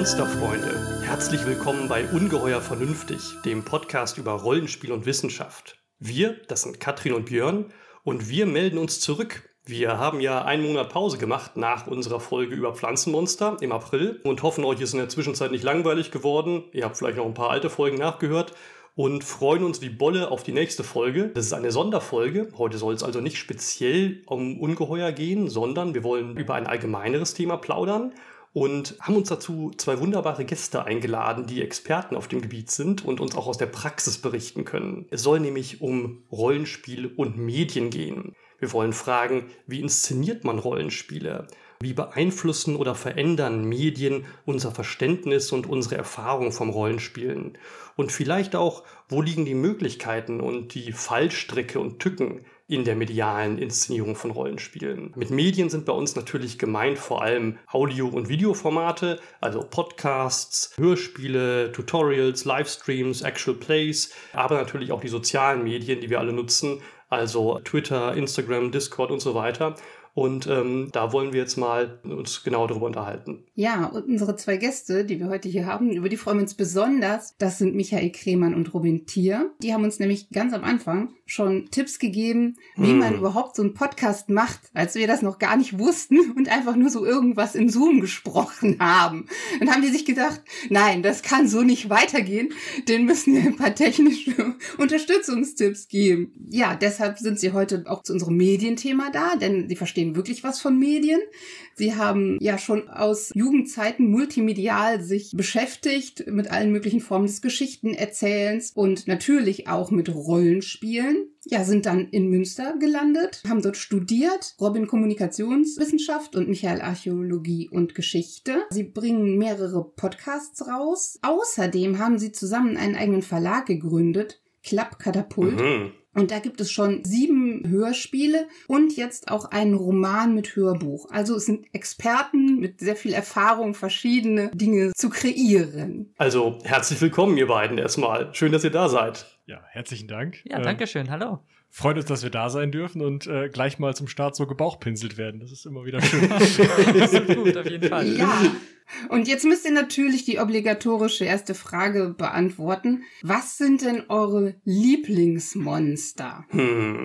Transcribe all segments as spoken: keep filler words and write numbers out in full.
Monsterfreunde, herzlich willkommen bei Ungeheuer Vernünftig, dem Podcast über Rollenspiel und Wissenschaft. Wir, das sind Katrin und Björn, und wir melden uns zurück. Wir haben ja einen Monat Pause gemacht nach unserer Folge über Pflanzenmonster im April und hoffen, euch ist in der Zwischenzeit nicht langweilig geworden. Ihr habt vielleicht noch ein paar alte Folgen nachgehört und freuen uns wie Bolle auf die nächste Folge. Das ist eine Sonderfolge. Heute soll es also nicht speziell um Ungeheuer gehen, sondern wir wollen über ein allgemeineres Thema plaudern. Und haben uns dazu zwei wunderbare Gäste eingeladen, die Experten auf dem Gebiet sind und uns auch aus der Praxis berichten können. Es soll nämlich um Rollenspiel und Medien gehen. Wir wollen fragen, wie inszeniert man Rollenspiele? Wie beeinflussen oder verändern Medien unser Verständnis und unsere Erfahrung vom Rollenspielen? Und vielleicht auch, wo liegen die Möglichkeiten und die Fallstricke und Tücken in der medialen Inszenierung von Rollenspielen? Mit Medien sind bei uns natürlich gemeint vor allem Audio- und Videoformate, also Podcasts, Hörspiele, Tutorials, Livestreams, Actual Plays, aber natürlich auch die sozialen Medien, die wir alle nutzen, also Twitter, Instagram, Discord und so weiter. Und ähm, da wollen wir jetzt mal uns genau darüber unterhalten. Ja, und unsere zwei Gäste, die wir heute hier haben, über die freuen wir uns besonders. Das sind Michael Kremann und Robin Thier. Die haben uns nämlich ganz am Anfang schon Tipps gegeben, wie hm. man überhaupt so einen Podcast macht, als wir das noch gar nicht wussten und einfach nur so irgendwas in Zoom gesprochen haben. Dann haben die sich gedacht, nein, das kann so nicht weitergehen. Denen müssen wir ein paar technische Unterstützungstipps geben. Ja, deshalb sind sie heute auch zu unserem Medienthema da, denn sie verstehen wirklich was von Medien. Sie haben ja schon aus Jugendzeiten multimedial sich beschäftigt mit allen möglichen Formen des Geschichtenerzählens und natürlich auch mit Rollenspielen. Ja, sind dann in Münster gelandet, haben dort studiert, Robin Kommunikationswissenschaft und Michael Archäologie und Geschichte. Sie bringen mehrere Podcasts raus. Außerdem haben sie zusammen einen eigenen Verlag gegründet, Klappkatapult. Mhm. Und da gibt es schon sieben Hörspiele und jetzt auch einen Roman mit Hörbuch. Also es sind Experten mit sehr viel Erfahrung, verschiedene Dinge zu kreieren. Also herzlich willkommen, ihr beiden erstmal. Schön, dass ihr da seid. Ja, herzlichen Dank. Ja, danke schön. Ähm, Hallo. Freut uns, dass wir da sein dürfen und äh, gleich mal zum Start so gebauchpinselt werden. Das ist immer wieder schön. Das ist gut, auf jeden Fall. Ja. Und jetzt müsst ihr natürlich die obligatorische erste Frage beantworten. Was sind denn eure Lieblingsmonster? Hm.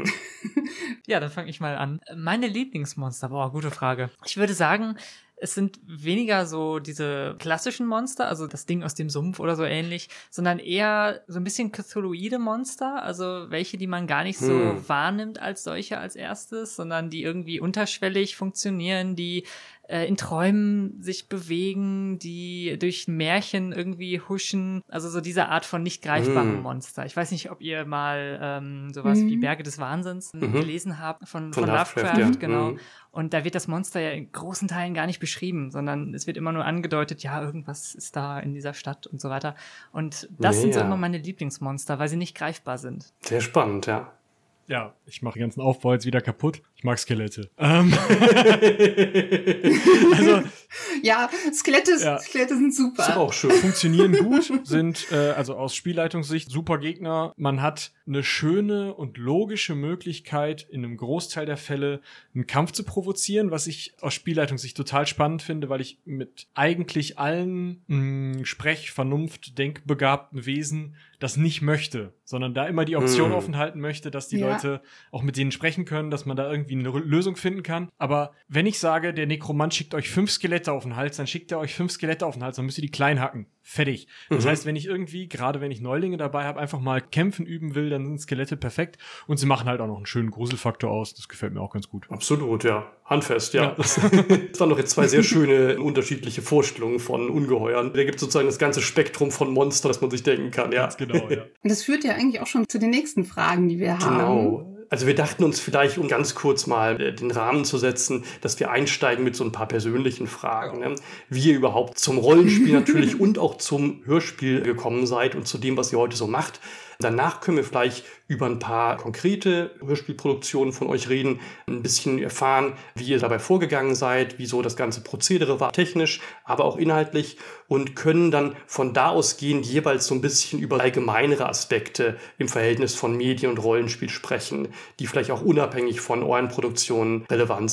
Ja, dann fange ich mal an. Meine Lieblingsmonster, boah, gute Frage. Ich würde sagen, es sind weniger so diese klassischen Monster, also das Ding aus dem Sumpf oder so ähnlich, sondern eher so ein bisschen Cthulhuide Monster, also welche, die man gar nicht so hm. wahrnimmt als solche als erstes, sondern die irgendwie unterschwellig funktionieren, die äh, in Träumen sich bewegen, die durch Märchen irgendwie huschen, also so diese Art von nicht greifbaren hm. Monster. Ich weiß nicht, ob ihr mal ähm, sowas hm. wie Berge des Wahnsinns mhm. gelesen habt von, von, von Lovecraft, Lovecraft ja. genau. Hm. Und da wird das Monster ja in großen Teilen gar nicht beschrieben, sondern es wird immer nur angedeutet, ja, irgendwas ist da in dieser Stadt und so weiter. Und das ja, sind so immer meine Lieblingsmonster, weil sie nicht greifbar sind. Sehr spannend, ja. Ja, ich mache den ganzen Aufbau jetzt wieder kaputt. Ich mag Skelette. Ähm. also ja, Skelette, ja. Skelette sind super. Ist auch schön. Funktionieren gut, sind äh, also aus Spielleitungssicht super Gegner. Man hat eine schöne und logische Möglichkeit, in einem Großteil der Fälle einen Kampf zu provozieren, was ich aus Spielleitungssicht total spannend finde, weil ich mit eigentlich allen mh, Sprech-, Vernunft-, denkbegabten Wesen das nicht möchte, sondern da immer die Option hm. offen halten möchte, dass die ja. Leute auch mit denen sprechen können, dass man da irgendwie eine Lösung finden kann. Aber wenn ich sage, der Nekromant schickt euch fünf Skelette auf den Hals, dann schickt er euch fünf Skelette auf den Hals, dann müsst ihr die klein hacken. Fertig. Das mhm. heißt, wenn ich irgendwie, gerade wenn ich Neulinge dabei habe, einfach mal kämpfen üben will, dann sind Skelette perfekt. Und sie machen halt auch noch einen schönen Gruselfaktor aus. Das gefällt mir auch ganz gut. Absolut, ja. Handfest, ja. ja. Das waren doch jetzt zwei sehr schöne, unterschiedliche Vorstellungen von Ungeheuern. Da gibt es sozusagen das ganze Spektrum von Monster, das man sich denken kann, ja. Ganz genau, ja. Und das führt ja eigentlich auch schon zu den nächsten Fragen, die wir haben. Genau. Also wir dachten uns vielleicht, um ganz kurz mal den Rahmen zu setzen, dass wir einsteigen mit so ein paar persönlichen Fragen. Ne? Wie ihr überhaupt zum Rollenspiel natürlich und auch zum Hörspiel gekommen seid und zu dem, was ihr heute so macht. Danach können wir vielleicht über ein paar konkrete Hörspielproduktionen von euch reden, ein bisschen erfahren, wie ihr dabei vorgegangen seid, wie so das ganze Prozedere war, technisch, aber auch inhaltlich, und können dann von da ausgehend jeweils so ein bisschen über allgemeinere Aspekte im Verhältnis von Medien und Rollenspiel sprechen, die vielleicht auch unabhängig von euren Produktionen relevant sind.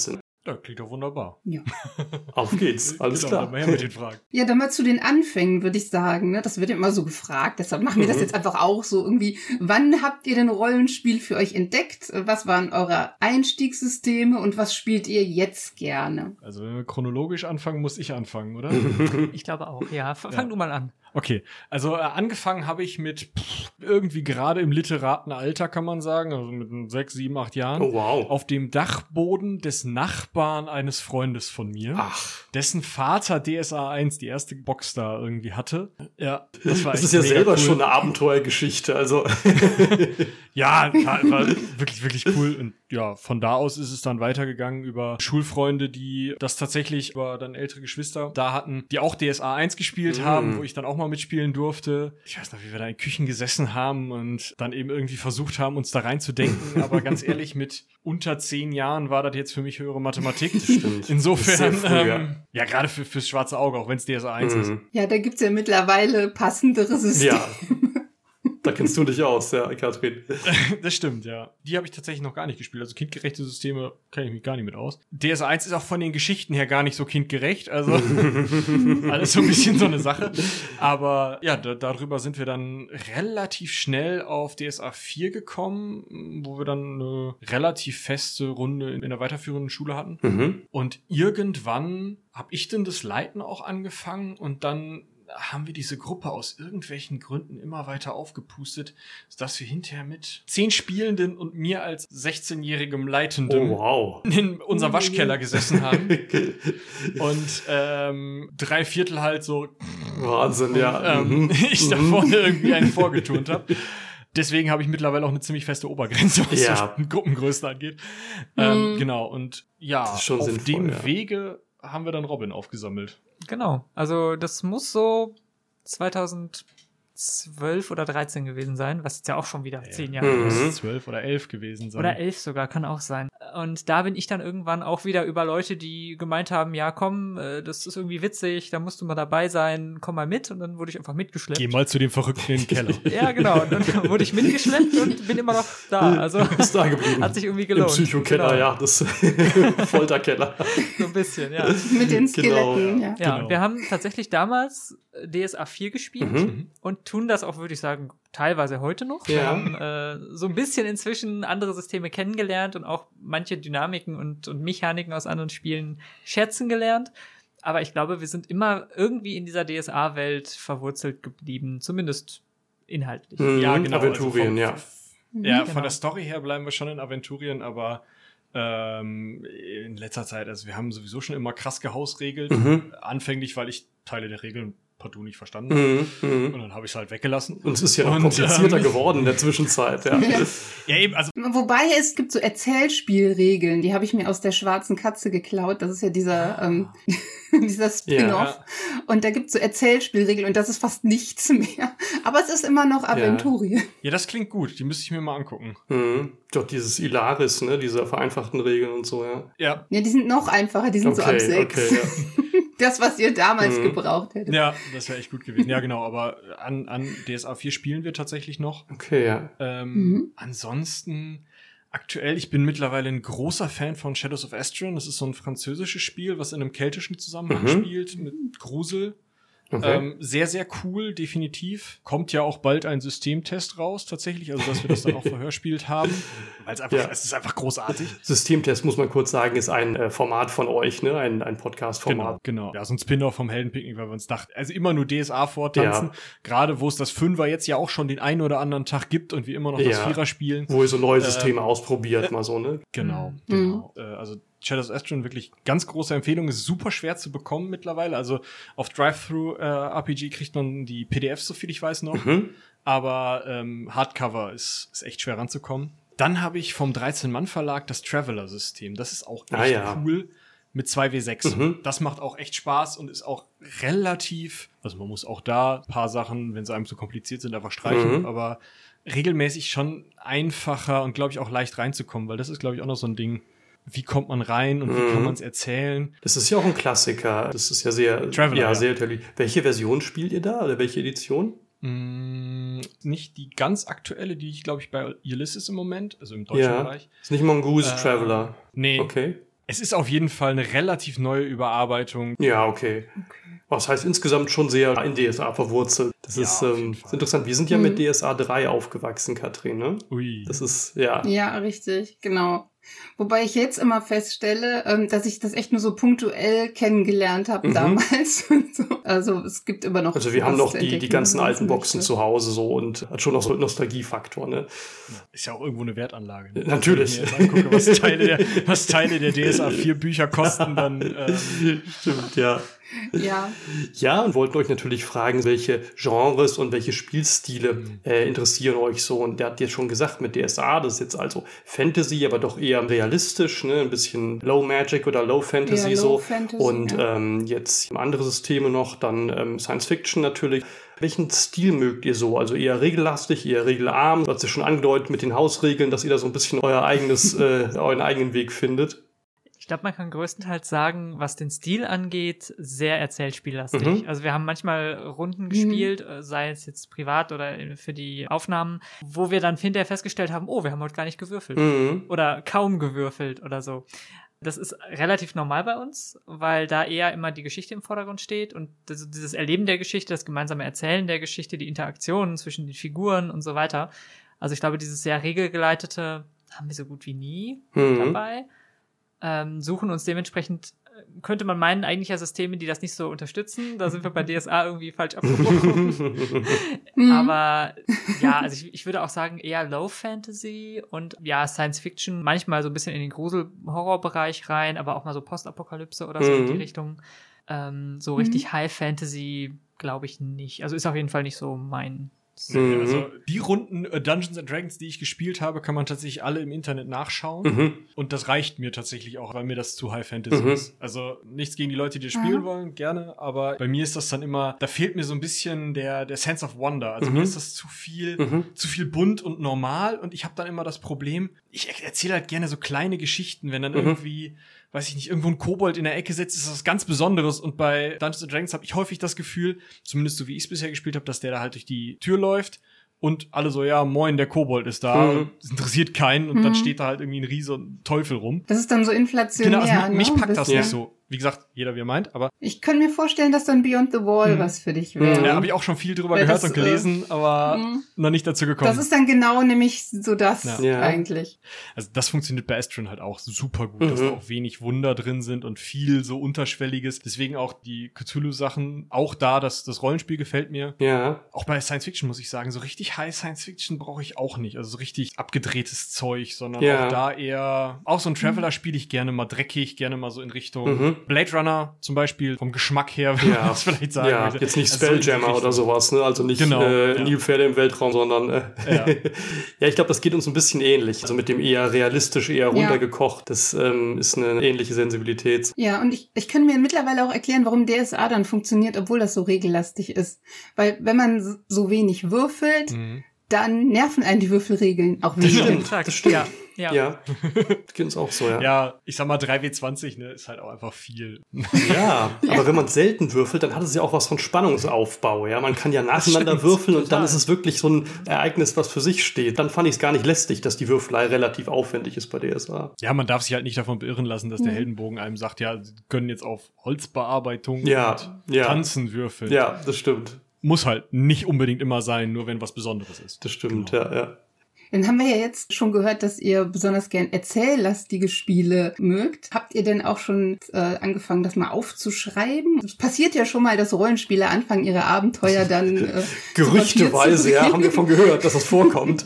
Ja, klingt doch wunderbar. Ja. Auf geht's, alles genau, klar. Dann mal her mit den Fragen. Ja, dann mal zu den Anfängen, würde ich sagen. Ne? Das wird ja immer so gefragt, deshalb machen wir das jetzt einfach auch so irgendwie. Wann habt ihr denn Rollenspiel für euch entdeckt? Was waren eure Einstiegssysteme und was spielt ihr jetzt gerne? Also wenn wir chronologisch anfangen, muss ich anfangen, oder? Ich glaube auch, ja. F- Fang Ja. du mal an. Okay, also äh, angefangen habe ich mit pff, irgendwie gerade im literaten Alter, kann man sagen, also mit sechs, sieben, acht Jahren, Oh, wow. auf dem Dachboden des Nachbarn eines Freundes von mir, Ach, dessen Vater D S A eins, die erste Box da irgendwie hatte. Ja, das war das echt ist ja mega selber cool. schon eine Abenteuergeschichte, also. Ja, war, war wirklich, wirklich cool. Und ja, von da aus ist es dann weitergegangen über Schulfreunde, die das tatsächlich über dann ältere Geschwister da hatten, die auch D S A eins gespielt Mm. haben, wo ich dann auch mal mitspielen durfte. Ich weiß noch, wie wir da in Küchen gesessen haben und dann eben irgendwie versucht haben, uns da reinzudenken. Aber ganz ehrlich, mit unter zehn Jahren war das jetzt für mich höhere Mathematik. Stimmt. Insofern, Das ist sehr früh, ja. ähm, ja, gerade für, fürs schwarze Auge, auch wenn es D S A eins ist. Mhm. Ja, da gibt's ja mittlerweile passendere Systeme. Ja. Da kennst du dich aus, ja, Katrin. Das stimmt, ja. Die habe ich tatsächlich noch gar nicht gespielt. Also kindgerechte Systeme kenne ich mich gar nicht mit aus. D S A eins ist auch von den Geschichten her gar nicht so kindgerecht. Also alles so ein bisschen so eine Sache. Aber ja, da, darüber sind wir dann relativ schnell auf D S A vier gekommen, wo wir dann eine relativ feste Runde in, in der weiterführenden Schule hatten. Mhm. Und irgendwann habe ich dann das Leiten auch angefangen und dann haben wir diese Gruppe aus irgendwelchen Gründen immer weiter aufgepustet, sodass wir hinterher mit zehn Spielenden und mir als sechzehnjährigem Leitendem Oh, wow. in unserem Waschkeller gesessen haben und ähm, drei Viertel halt so Wahnsinn, ja. ähm, Mhm. ich da vorne irgendwie einen vorgeturnt habe. Deswegen habe ich mittlerweile auch eine ziemlich feste Obergrenze, was Ja. so Gruppengrößen angeht. Ähm, Mhm. genau, und ja, Das ist schon auf sinnvoll, dem ja. Wege haben wir dann Robin aufgesammelt. Genau. Also das muss so zweitausendzwölf oder dreizehn gewesen sein, was jetzt ja auch schon wieder zehn Jahre Mhm. ist. Muss zwölf oder elf gewesen sein. Oder elf sogar, kann auch sein. Und da bin ich dann irgendwann auch wieder über Leute, die gemeint haben, ja komm, äh, das ist irgendwie witzig, da musst du mal dabei sein, komm mal mit. Und dann wurde ich einfach mitgeschleppt. Geh mal zu dem Verrückten in den Keller. Ja, genau. Und dann wurde ich mitgeschleppt und bin immer noch da. Also Ist da geblieben. hat sich irgendwie Im gelohnt. Psychokeller, Genau. ja, das Folterkeller. So ein bisschen, ja. Mit den Genau, Skeletten, ja. ja. Ja, Genau. und wir haben tatsächlich damals D S A vier gespielt Mhm. und tun das auch, würde ich sagen, teilweise heute noch. Wir Ja. haben äh, so ein bisschen inzwischen andere Systeme kennengelernt und auch manche Dynamiken und, und Mechaniken aus anderen Spielen schätzen gelernt. Aber ich glaube, wir sind immer irgendwie in dieser D S A-Welt verwurzelt geblieben, zumindest inhaltlich. Mhm. Ja, genau. Aventurien, ja. Ja, Genau. von der Story her bleiben wir schon in Aventurien, aber ähm, in letzter Zeit, also wir haben sowieso schon immer krass gehausregelt. Mhm. Anfänglich, weil ich Teile der Regeln partout nicht verstanden habe. Mhm. Mhm. Und dann habe ich es halt weggelassen. Und es ist ja noch Und, komplizierter ähm, geworden in der Zwischenzeit, ja. Ja. Ja, eben, also Wobei es gibt so Erzählspielregeln, die habe ich mir aus der schwarzen Katze geklaut. Das ist ja dieser, ähm, dieser Spin-off. Ja. Und da gibt es so Erzählspielregeln und das ist fast nichts mehr. Aber es ist immer noch Aventurien. ja, das klingt gut. Die müsste ich mir mal angucken. Mhm. Doch dieses Ilaris, ne, diese vereinfachten Regeln und so, ja. Ja, Ja, die sind noch einfacher, die sind so ab Okay, sechs. okay, ja. Das, was ihr damals Mhm. gebraucht hättet. ja, das wäre echt gut gewesen. Ja, genau, aber an, an D S A vier spielen wir tatsächlich noch. Okay, ja. Ähm, Mhm. Ansonsten, aktuell, ich bin mittlerweile ein großer Fan von Shadows of Astrion. Das ist so ein französisches Spiel, was in einem keltischen Zusammenhang Mhm. spielt, mit Grusel. Okay. Ähm, sehr, sehr cool, definitiv. Kommt ja auch bald ein Systemtest raus, tatsächlich, also dass wir das dann auch verhörspielt haben. Weil es einfach, Ja. es ist einfach großartig. Systemtest, muss man kurz sagen, ist ein äh, Format von euch, ne? Ein, ein Podcast-Format. Genau, genau. Ja, so ein Spin-off vom Heldenpicknick, weil wir uns dachten, also immer nur D S A vortanzen. Gerade wo es das Fünfer jetzt ja auch schon den einen oder anderen Tag gibt und wir immer noch das Ja. Vierer spielen. Wo ihr so neue Ähm, Systeme ausprobiert, mal so, ne? Genau, Mhm. genau. Äh, also Shadows of Astrion wirklich ganz große Empfehlung, ist super schwer zu bekommen mittlerweile. Also auf Drive-Thru-R P G kriegt man die P D Fs, so viel ich weiß noch. Mhm. Aber ähm, Hardcover ist, ist echt schwer ranzukommen. Dann habe ich vom dreizehn-Mann-Verlag das Traveler-System. Das ist auch echt Ah, ja. cool mit zwei W sechs. Mhm. Das macht auch echt Spaß und ist auch relativ, also man muss auch da ein paar Sachen, wenn sie einem zu kompliziert sind, einfach streichen, Mhm. aber regelmäßig schon einfacher und glaube ich auch leicht reinzukommen, weil das ist glaube ich auch noch so ein Ding. Wie kommt man rein und wie Mhm. kann man es erzählen? Das ist ja auch ein Klassiker. Das ist ja sehr, Traveler, ja, ja. sehr natürlich. Welche Version spielt ihr da oder welche Edition? Mm, nicht die ganz aktuelle, die ich glaube ich bei Ulysses im Moment, also im deutschen Ja. Bereich. Ist nicht Mongoose Äh, Traveler. Nee, Okay. Es ist auf jeden Fall eine relativ neue Überarbeitung. Ja, okay. okay. Das heißt insgesamt schon sehr in D S A verwurzelt. Das ja, ist, ähm, ist interessant. Wir sind ja mhm. mit D S A drei aufgewachsen, Katrin, ne? Ui. Das ist, ja. Ja, richtig, genau. Wobei ich jetzt immer feststelle, ähm, dass ich das echt nur so punktuell kennengelernt habe mhm. damals. so. Also es gibt immer noch... Also wir haben noch die, die ganzen alten Boxen zu Hause so und hat schon noch so einen Nostalgiefaktor, ne? Ist ja auch irgendwo eine Wertanlage. Ne? Natürlich. Wenn ich mir jetzt angucke, was Teile der, was Teile der D S A vier Bücher kosten, dann... Ähm, Stimmt, ja. Ja. Ja, und wollten euch natürlich fragen, welche Genres und welche Spielstile äh, interessieren euch so. Und der hat jetzt schon gesagt, mit D S A, das ist jetzt also Fantasy, aber doch eher realistisch, ne? Ein bisschen Low Magic oder Low Fantasy ja, so. Low Fantasy, und ja. ähm, jetzt andere Systeme noch, dann ähm, Science Fiction natürlich. Welchen Stil mögt ihr so? Also eher regellastig, eher regelarm? Du hast ja schon angedeutet mit den Hausregeln, dass ihr da so ein bisschen euer eigenes, äh, euren eigenen Weg findet. Ich glaube, man kann größtenteils sagen, was den Stil angeht, sehr erzählspiellastig. Mhm. Also wir haben manchmal Runden gespielt, mhm. sei es jetzt privat oder für die Aufnahmen, wo wir dann hinterher festgestellt haben, oh, wir haben heute gar nicht gewürfelt. Mhm. Oder kaum gewürfelt oder so. Das ist relativ normal bei uns, weil da eher immer die Geschichte im Vordergrund steht und das, dieses Erleben der Geschichte, das gemeinsame Erzählen der Geschichte, die Interaktionen zwischen den Figuren und so weiter. Also ich glaube, dieses sehr regelgeleitete haben wir so gut wie nie mhm. dabei. Ähm, suchen uns dementsprechend, könnte man meinen, eigentlich ja Systeme, die das nicht so unterstützen. Da sind wir bei D S A irgendwie falsch abgebrochen. Aber ja, also ich, ich würde auch sagen, eher Low Fantasy und ja, Science Fiction, manchmal so ein bisschen in den Grusel-Horror-Bereich rein, aber auch mal so Postapokalypse oder so mhm. in die Richtung. Ähm, so richtig mhm. High Fantasy glaube ich nicht. Also ist auf jeden Fall nicht so mein Mhm. Also die Runden äh, Dungeons and Dragons, die ich gespielt habe, kann man tatsächlich alle im Internet nachschauen. Mhm. Und das reicht mir tatsächlich auch, weil mir das zu High Fantasy mhm. ist. Also nichts gegen die Leute, die das spielen mhm. wollen, gerne. Aber bei mir ist das dann immer, da fehlt mir so ein bisschen der, der Sense of Wonder. Also mhm. mir ist das zu viel, mhm. zu viel bunt und normal. Und ich habe dann immer das Problem, ich erzähle halt gerne so kleine Geschichten, wenn dann mhm. irgendwie... weiß ich nicht, irgendwo ein Kobold in der Ecke sitzt, ist das was ganz Besonderes. Und bei Dungeons and Dragons habe ich häufig das Gefühl, zumindest so wie ich es bisher gespielt habe, dass der da halt durch die Tür läuft und alle so, ja, moin, der Kobold ist da. Mhm. Und es interessiert keinen und mhm. dann steht da halt irgendwie ein Riese und ein Teufel rum. Das ist dann so inflationär. Genau, also mich, mich packt ne? das ja. nicht so. Wie gesagt, jeder wie er meint, aber... Ich kann mir vorstellen, dass dann Beyond the Wall mhm. was für dich wäre. Ja, habe ich auch schon viel drüber Weil gehört das, und gelesen, äh, aber mh. noch nicht dazu gekommen. Das ist dann genau nämlich so das ja. Ja. eigentlich. Also das funktioniert bei Astron halt auch super gut, mhm. dass da auch wenig Wunder drin sind und viel so Unterschwelliges. Deswegen auch die Cthulhu-Sachen, auch da, das, das Rollenspiel gefällt mir. Ja. Auch bei Science-Fiction muss ich sagen, so richtig High Science-Fiction brauche ich auch nicht. Also so richtig abgedrehtes Zeug, sondern ja. auch da eher, auch so ein Traveler spiele ich gerne mal dreckig, gerne mal so in Richtung mhm. Blade Runner zum Beispiel, vom Geschmack her, wenn ja. man das vielleicht sagen ja. möchte. Jetzt nicht Also Spelljammer so oder sowas, ne? Also nicht genau, äh, ja. Nilpferde im Weltraum, sondern äh, ja. ja, ich glaube, das geht uns ein bisschen ähnlich. Also mit dem eher realistisch, eher runtergekocht, das ähm, ist eine ähnliche Sensibilität. Ja, und ich, ich kann mir mittlerweile auch erklären, warum D S A dann funktioniert, obwohl das so regellastig ist. Weil wenn man so wenig würfelt, Mhm. dann nerven einen die Würfelregeln auch Das weniger. stimmt, das stimmt. Ja, ja. Ja, das geht uns auch so, ja. Ja, ich sag mal, drei W zwanzig, ne, ist halt auch einfach viel. Ja, aber wenn man selten würfelt, dann hat es ja auch was von Spannungsaufbau, ja. Man kann ja nacheinander stimmt, würfeln und total. dann ist es wirklich so ein Ereignis, was für sich steht. Dann fand ich es gar nicht lästig, dass die Würfelei relativ aufwendig ist bei D S A. Ja, man darf sich halt nicht davon beirren lassen, dass der Mhm. Heldenbogen einem sagt, ja, sie können jetzt auf Holzbearbeitung Ja, und ja. Tanzen würfeln. Ja, das stimmt. Muss halt nicht unbedingt immer sein, nur wenn was Besonderes ist. Das stimmt, Genau. ja, ja. Dann haben wir ja jetzt schon gehört, dass ihr besonders gern erzähllastige Spiele mögt. Habt ihr denn auch schon äh, angefangen, das mal aufzuschreiben? Es passiert ja schon mal, dass Rollenspieler anfangen, ihre Abenteuer dann äh, Gerüchteweise, ja, haben wir von gehört, dass das vorkommt.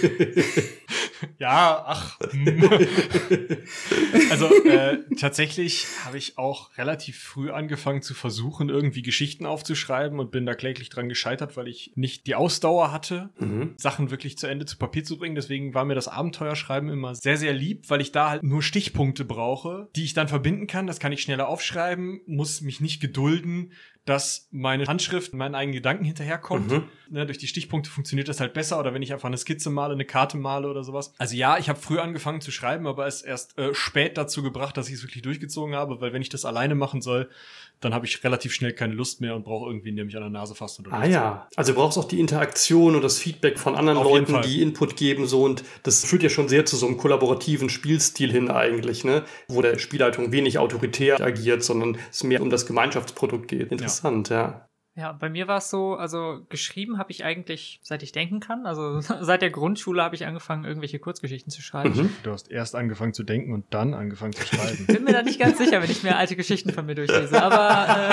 Ja, ach. hm. Also äh, tatsächlich habe ich auch relativ früh angefangen zu versuchen, irgendwie Geschichten aufzuschreiben und bin da kläglich dran gescheitert, weil ich nicht die Ausdauer hatte, Mhm. Sachen wirklich zu Ende zu Papier zu bringen. Deswegen war mir das Abenteuerschreiben immer sehr, sehr lieb, weil ich da halt nur Stichpunkte brauche, die ich dann verbinden kann. Das kann ich schneller aufschreiben, muss mich nicht gedulden, dass meine Handschrift meinen eigenen Gedanken hinterherkommt. Mhm. Ne, durch die Stichpunkte funktioniert das halt besser. Oder wenn ich einfach eine Skizze male, eine Karte male oder sowas. Also Also ja, ich habe früh angefangen zu schreiben, aber es erst äh, spät dazu gebracht, dass ich es wirklich durchgezogen habe, weil wenn ich das alleine machen soll, dann habe ich relativ schnell keine Lust mehr und brauche irgendwie, der mich an der Nase fasst. Ah ja, also du brauchst auch die Interaktion und das Feedback von anderen Auf Leuten, die Input geben, so, und das führt ja schon sehr zu so einem kollaborativen Spielstil hin eigentlich, ne, wo der Spielleitung wenig autoritär agiert, sondern es mehr um das Gemeinschaftsprodukt geht. Interessant, ja. ja. Ja, bei mir war es so, also geschrieben habe ich eigentlich, seit ich denken kann. Also seit der Grundschule habe ich angefangen, irgendwelche Kurzgeschichten zu schreiben. Mhm. Du hast erst angefangen zu denken und dann angefangen zu schreiben. Bin mir da nicht ganz sicher, wenn ich mir alte Geschichten von mir durchlese. Aber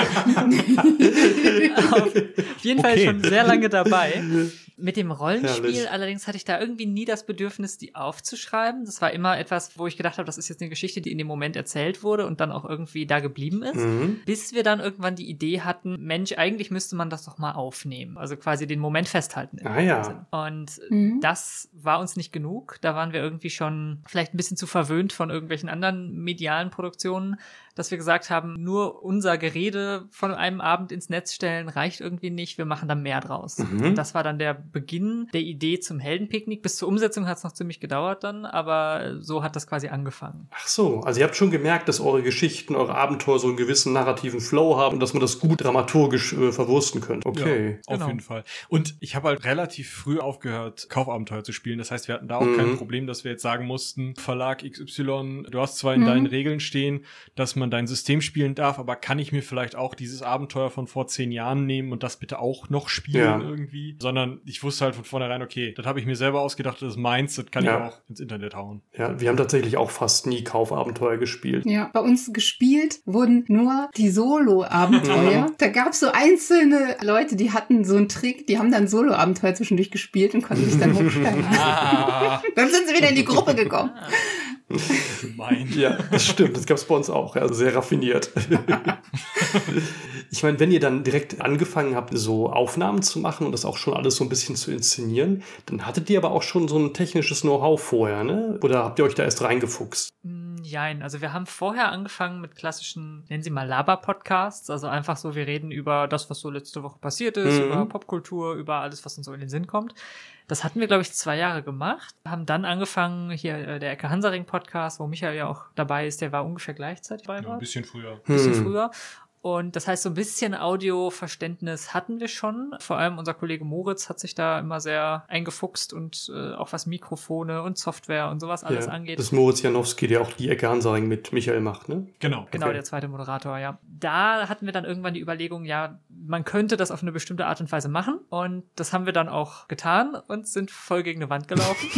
äh, auf jeden Fall okay. schon sehr lange dabei. Mit dem Rollenspiel Herrlich. Allerdings hatte ich da irgendwie nie das Bedürfnis, die aufzuschreiben. Das war immer etwas, wo ich gedacht habe, das ist jetzt eine Geschichte, die in dem Moment erzählt wurde und dann auch irgendwie da geblieben ist. Mhm. Bis wir dann irgendwann die Idee hatten, Mensch, eigentlich müsste man das doch mal aufnehmen. Also quasi den Moment festhalten. Ah ja. Und mhm. das war uns nicht genug. Da waren wir irgendwie schon vielleicht ein bisschen zu verwöhnt von irgendwelchen anderen medialen Produktionen, dass wir gesagt haben, nur unser Gerede von einem Abend ins Netz stellen reicht irgendwie nicht. Wir machen da mehr draus. Mhm. Und das war dann der Beginn der Idee zum Heldenpicknick. Bis zur Umsetzung hat es noch ziemlich gedauert dann, aber so hat das quasi angefangen. Ach so, also ihr habt schon gemerkt, dass eure Geschichten, eure Abenteuer so einen gewissen narrativen Flow haben und dass man das gut dramaturgisch äh, verwursten könnte. Okay. Ja, auf genau. jeden Fall. Und ich habe halt relativ früh aufgehört, Kaufabenteuer zu spielen. Das heißt, wir hatten da auch mhm. kein Problem, dass wir jetzt sagen mussten, Verlag X Y, du hast zwar in mhm. deinen Regeln stehen, dass man dein System spielen darf, aber kann ich mir vielleicht auch dieses Abenteuer von vor zehn Jahren nehmen und das bitte auch noch spielen ja. irgendwie? Sondern ich wusste halt von vornherein, okay, das habe ich mir selber ausgedacht, das ist meins, das kann ja. ich auch ins Internet hauen. Ja, wir haben tatsächlich auch fast nie Kaufabenteuer gespielt. Ja, bei uns gespielt wurden nur die Solo-Abenteuer. Da gab es so einzelne Leute, die hatten so einen Trick, die haben dann Solo-Abenteuer zwischendurch gespielt und konnten sich dann hochsteigen. Ah. Dann sind sie wieder in die Gruppe gekommen. Gemein. Ja, das stimmt. Das gab es bei uns auch. Also sehr raffiniert. Ich meine, wenn ihr dann direkt angefangen habt, so Aufnahmen zu machen und das auch schon alles so ein bisschen zu inszenieren, dann hattet ihr aber auch schon so ein technisches Know-how vorher, ne? Oder habt ihr euch da erst reingefuchst? Jein, also wir haben vorher angefangen mit klassischen, nennen Sie mal Laber-Podcasts, also einfach so, wir reden über das, was so letzte Woche passiert ist, mhm. über Popkultur, über alles, was uns so in den Sinn kommt. Das hatten wir, glaube ich, zwei Jahre gemacht, haben dann angefangen, hier äh, der Ecke Hansaring-Podcast, wo Michael ja auch dabei ist, der war ungefähr gleichzeitig dabei. Ja, ein bisschen früher. Ein bisschen hm. früher. Und das heißt, so ein bisschen Audioverständnis hatten wir schon. Vor allem unser Kollege Moritz hat sich da immer sehr eingefuchst und äh, auch was Mikrofone und Software und sowas alles ja, angeht. Das ist Moritz Janowski, der auch die Ecke Hansaring mit Michael macht, ne? Genau. Genau, okay. Der zweite Moderator, ja. Da hatten wir dann irgendwann die Überlegung, ja, man könnte das auf eine bestimmte Art und Weise machen. Und das haben wir dann auch getan und sind voll gegen eine Wand gelaufen.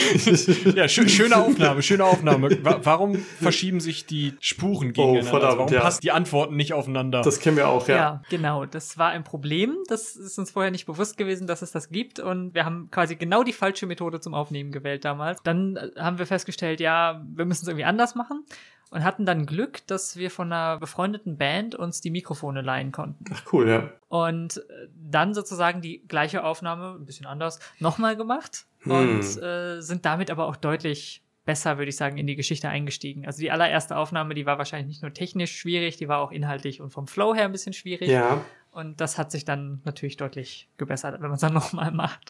Ja, schön, schöne Aufnahme, schöne Aufnahme. Warum verschieben sich die Spuren gegeneinander? Oh, verdammt, also warum ja. passen die Antworten nicht aufeinander? Das kennen wir auch, ja. Ja, genau. Das war ein Problem. Das ist uns vorher nicht bewusst gewesen, dass es das gibt. Und wir haben quasi genau die falsche Methode zum Aufnehmen gewählt damals. Dann haben wir festgestellt, ja, wir müssen es irgendwie anders machen. Und hatten dann Glück, dass wir von einer befreundeten Band uns die Mikrofone leihen konnten. Ach cool, ja. Und dann sozusagen die gleiche Aufnahme, ein bisschen anders, nochmal gemacht. Hm. Und äh, sind damit aber auch deutlich besser, würde ich sagen, in die Geschichte eingestiegen. Also die allererste Aufnahme, die war wahrscheinlich nicht nur technisch schwierig, die war auch inhaltlich und vom Flow her ein bisschen schwierig. Ja. Und das hat sich dann natürlich deutlich gebessert, wenn man es dann nochmal macht.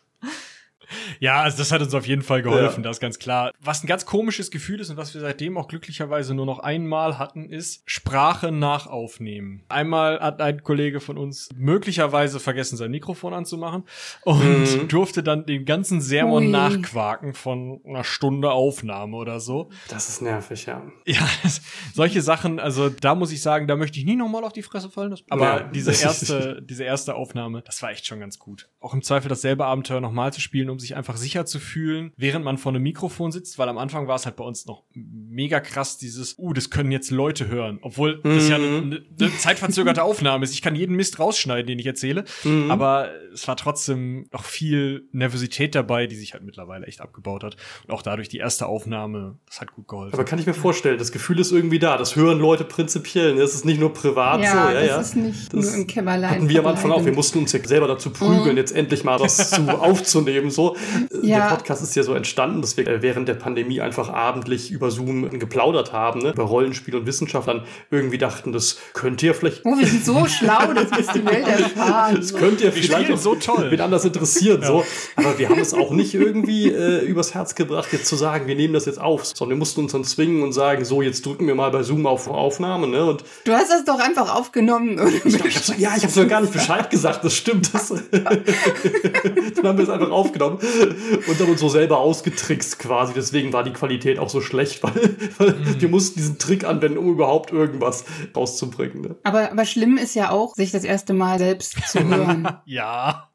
Ja, also das hat uns auf jeden Fall geholfen, ja. das ist ganz klar. Was ein ganz komisches Gefühl ist und was wir seitdem auch glücklicherweise nur noch einmal hatten, ist Sprache nachaufnehmen. Einmal hat ein Kollege von uns möglicherweise vergessen, sein Mikrofon anzumachen und mhm. durfte dann den ganzen Sermon Ui. nachquaken von einer Stunde Aufnahme oder so. Das ist nervig, ja. Ja, das, solche Sachen, also da muss ich sagen, da möchte ich nie nochmal auf die Fresse fallen. Aber ja. diese erste, diese erste Aufnahme, das war echt schon ganz gut. Auch im Zweifel dasselbe Abenteuer nochmal zu spielen, um sich einfach sicher zu fühlen, während man vor einem Mikrofon sitzt, weil am Anfang war es halt bei uns noch mega krass, dieses, uh, das können jetzt Leute hören, obwohl mm. das ja eine, eine zeitverzögerte Aufnahme ist. Ich kann jeden Mist rausschneiden, den ich erzähle, mm. aber es war trotzdem noch viel Nervosität dabei, die sich halt mittlerweile echt abgebaut hat. Und auch dadurch die erste Aufnahme, das hat gut geholfen. Aber kann ich mir vorstellen, das Gefühl ist irgendwie da, das hören Leute prinzipiell, das ist nicht nur privat ja, so. Ja, das ja, ist nicht das nur im Kämmerlein. Hatten wir am Anfang auch, wir mussten uns ja selber dazu prügeln, mm. jetzt endlich mal was zu aufzunehmen, so. Ja. Der Podcast ist ja so entstanden, dass wir während der Pandemie einfach abendlich über Zoom geplaudert haben, ne? Über Rollenspiel und Wissenschaft, dann irgendwie dachten, das könnt ihr vielleicht... Oh, wir sind so schlau, dass wir die Welt erfahren. Das könnt ihr vielleicht auch so toll. wen anders interessieren. Ja. So. Aber wir haben es auch nicht irgendwie äh, übers Herz gebracht, jetzt zu sagen, wir nehmen das jetzt auf. Sondern wir mussten uns dann zwingen und sagen, so, jetzt drücken wir mal bei Zoom auf Aufnahme. Ne? Und du hast das doch einfach aufgenommen. ich glaub, ich hab's, ja, ich habe sogar gar nicht Bescheid gesagt, das stimmt. Das, dann haben wir es einfach aufgenommen und dann uns so selber ausgetrickst quasi. Deswegen war die Qualität auch so schlecht, weil, weil mhm. wir mussten diesen Trick anwenden, um überhaupt irgendwas rauszubringen. Ne? Aber, aber schlimm ist ja auch, sich das erste Mal selbst zu hören. Ja.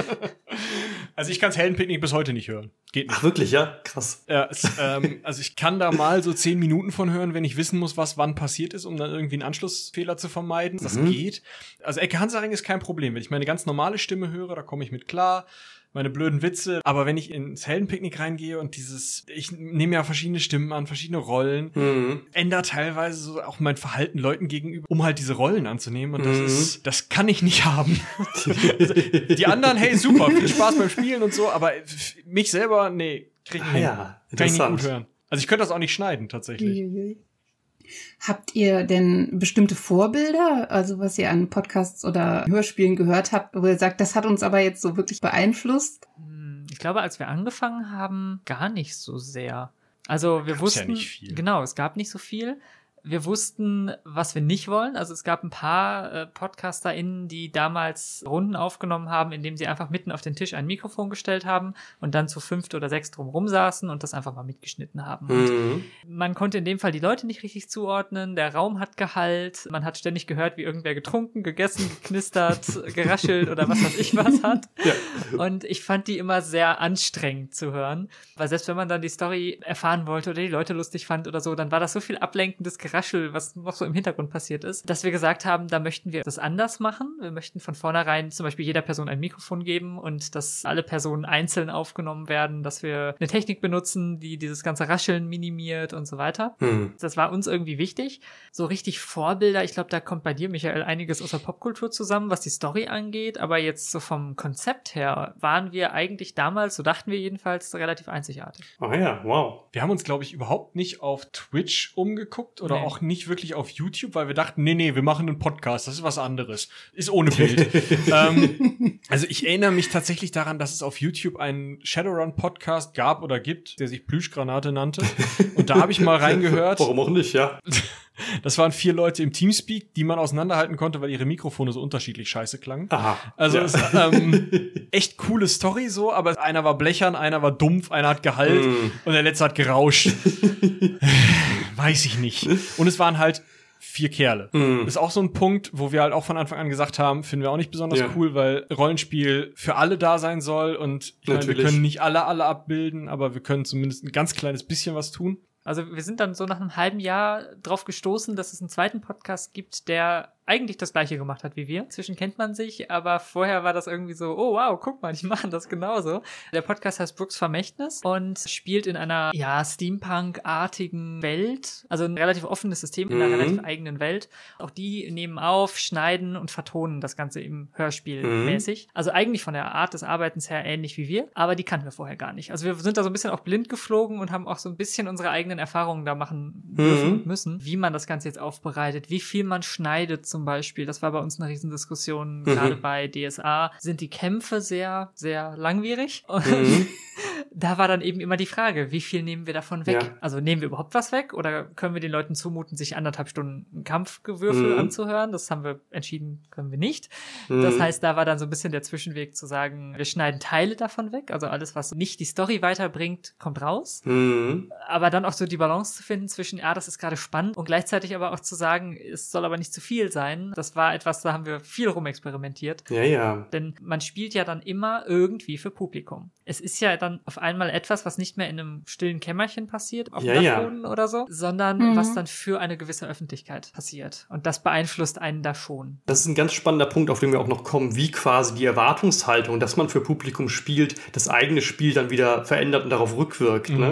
Also ich kann's Heldenpicknick bis heute nicht hören. Geht nicht. Ach wirklich, ja? Krass. Ja, es, ähm, also ich kann da mal so zehn Minuten von hören, wenn ich wissen muss, was wann passiert ist, um dann irgendwie einen Anschlussfehler zu vermeiden. Das mhm. geht. Also Ecke Hansaring ist kein Problem. Wenn ich meine ganz normale Stimme höre, da komme ich mit klar. Meine blöden Witze. Aber wenn ich ins Heldenpicknick reingehe und dieses, ich nehme ja verschiedene Stimmen an, verschiedene Rollen, mhm. ändere teilweise so auch mein Verhalten Leuten gegenüber, um halt diese Rollen anzunehmen. Und das mhm. ist, das kann ich nicht haben. Die anderen, hey, super, viel Spaß beim Spielen und so, aber mich selber, nee, krieg ich ah, nicht. Ja, kann ich nicht gut hören. Also ich könnte das auch nicht schneiden, tatsächlich. Habt ihr denn bestimmte Vorbilder, also was ihr an Podcasts oder Hörspielen gehört habt, wo ihr sagt, das hat uns aber jetzt so wirklich beeinflusst? Ich glaube, als wir angefangen haben, gar nicht so sehr. Also wir Gab's wussten, ja nicht viel. Genau, es gab nicht so viel. Wir wussten, was wir nicht wollen. Also es gab ein paar äh, PodcasterInnen, die damals Runden aufgenommen haben, indem sie einfach mitten auf den Tisch ein Mikrofon gestellt haben und dann zu fünft oder sechs drumherum saßen und das einfach mal mitgeschnitten haben. Mhm. Und man konnte in dem Fall die Leute nicht richtig zuordnen. Der Raum hat Gehalt. Man hat ständig gehört, wie irgendwer getrunken, gegessen, geknistert, geraschelt oder was weiß ich was hat. Ja. Und ich fand die immer sehr anstrengend zu hören. Weil selbst wenn man dann die Story erfahren wollte oder die Leute lustig fand oder so, dann war das so viel ablenkendes Geraschel, was noch so im Hintergrund passiert ist, dass wir gesagt haben, da möchten wir das anders machen. Wir möchten von vornherein zum Beispiel jeder Person ein Mikrofon geben und dass alle Personen einzeln aufgenommen werden, dass wir eine Technik benutzen, die dieses ganze Rascheln minimiert und so weiter. Hm. Das war uns irgendwie wichtig. So richtig Vorbilder, ich glaube, da kommt bei dir, Michael, einiges aus der Popkultur zusammen, was die Story angeht, aber jetzt so vom Konzept her waren wir eigentlich damals, so dachten wir jedenfalls, relativ einzigartig. Ah ja, wow. Wir haben uns, glaube ich, überhaupt nicht auf Twitch umgeguckt oder nee. auch nicht wirklich auf YouTube, weil wir dachten, nee, nee, wir machen einen Podcast, das ist was anderes. Ist ohne Bild. ähm, also ich erinnere mich tatsächlich daran, dass es auf YouTube einen Shadowrun-Podcast gab oder gibt, der sich Plüschgranate nannte. Und da habe ich mal reingehört. Warum auch nicht, ja. Das waren vier Leute im Teamspeak, die man auseinanderhalten konnte, weil ihre Mikrofone so unterschiedlich scheiße klangen. Aha. Also ja. es, ähm, echt coole Story so, aber einer war blechern, einer war dumpf, einer hat Gehalt mm. und der letzte hat gerauscht. Weiß ich nicht. Und es waren halt vier Kerle. Mm. Ist auch so ein Punkt, wo wir halt auch von Anfang an gesagt haben, finden wir auch nicht besonders ja. cool, weil Rollenspiel für alle da sein soll und ich meine, wir können nicht alle alle abbilden, aber wir können zumindest ein ganz kleines bisschen was tun. Also wir sind dann so nach einem halben Jahr drauf gestoßen, dass es einen zweiten Podcast gibt, der eigentlich das Gleiche gemacht hat wie wir. Inzwischen kennt man sich, aber vorher war das irgendwie so, oh wow, guck mal, die machen das genauso. Der Podcast heißt Brooks Vermächtnis und spielt in einer, ja, Steampunk-artigen Welt. Also ein relativ offenes System in einer mhm. relativ eigenen Welt. Auch die nehmen auf, schneiden und vertonen das Ganze im Hörspiel mhm. mäßig. Also eigentlich von der Art des Arbeitens her ähnlich wie wir, aber die kannten wir vorher gar nicht. Also wir sind da so ein bisschen auch blind geflogen und haben auch so ein bisschen unsere eigenen Erfahrungen da machen dürfen und müssen, wie man das Ganze jetzt aufbereitet, wie viel man schneidet zum Beispiel. Das war bei uns eine Riesendiskussion, mhm. gerade bei D S A sind die Kämpfe sehr, sehr langwierig. Und mhm. da war dann eben immer die Frage, wie viel nehmen wir davon weg? Ja. Also nehmen wir überhaupt was weg oder können wir den Leuten zumuten, sich anderthalb Stunden ein Kampfgewürfel mhm. anzuhören? Das haben wir entschieden, können wir nicht. Mhm. Das heißt, da war dann so ein bisschen der Zwischenweg zu sagen, wir schneiden Teile davon weg, also alles, was nicht die Story weiterbringt, kommt raus. Mhm. Aber dann auch so die Balance zu finden zwischen, ja, das ist gerade spannend und gleichzeitig aber auch zu sagen, es soll aber nicht zu viel sein. Das war etwas, da haben wir viel rumexperimentiert. Ja, ja. Denn man spielt ja dann immer irgendwie für Publikum. Es ist ja dann auf einmal etwas, was nicht mehr in einem stillen Kämmerchen passiert, auf dem ja, Dachboden ja. oder so, sondern mhm. was dann für eine gewisse Öffentlichkeit passiert. Und das beeinflusst einen da schon. Das ist ein ganz spannender Punkt, auf den wir auch noch kommen, wie quasi die Erwartungshaltung, dass man für Publikum spielt, das eigene Spiel dann wieder verändert und darauf rückwirkt. Mhm. Ne?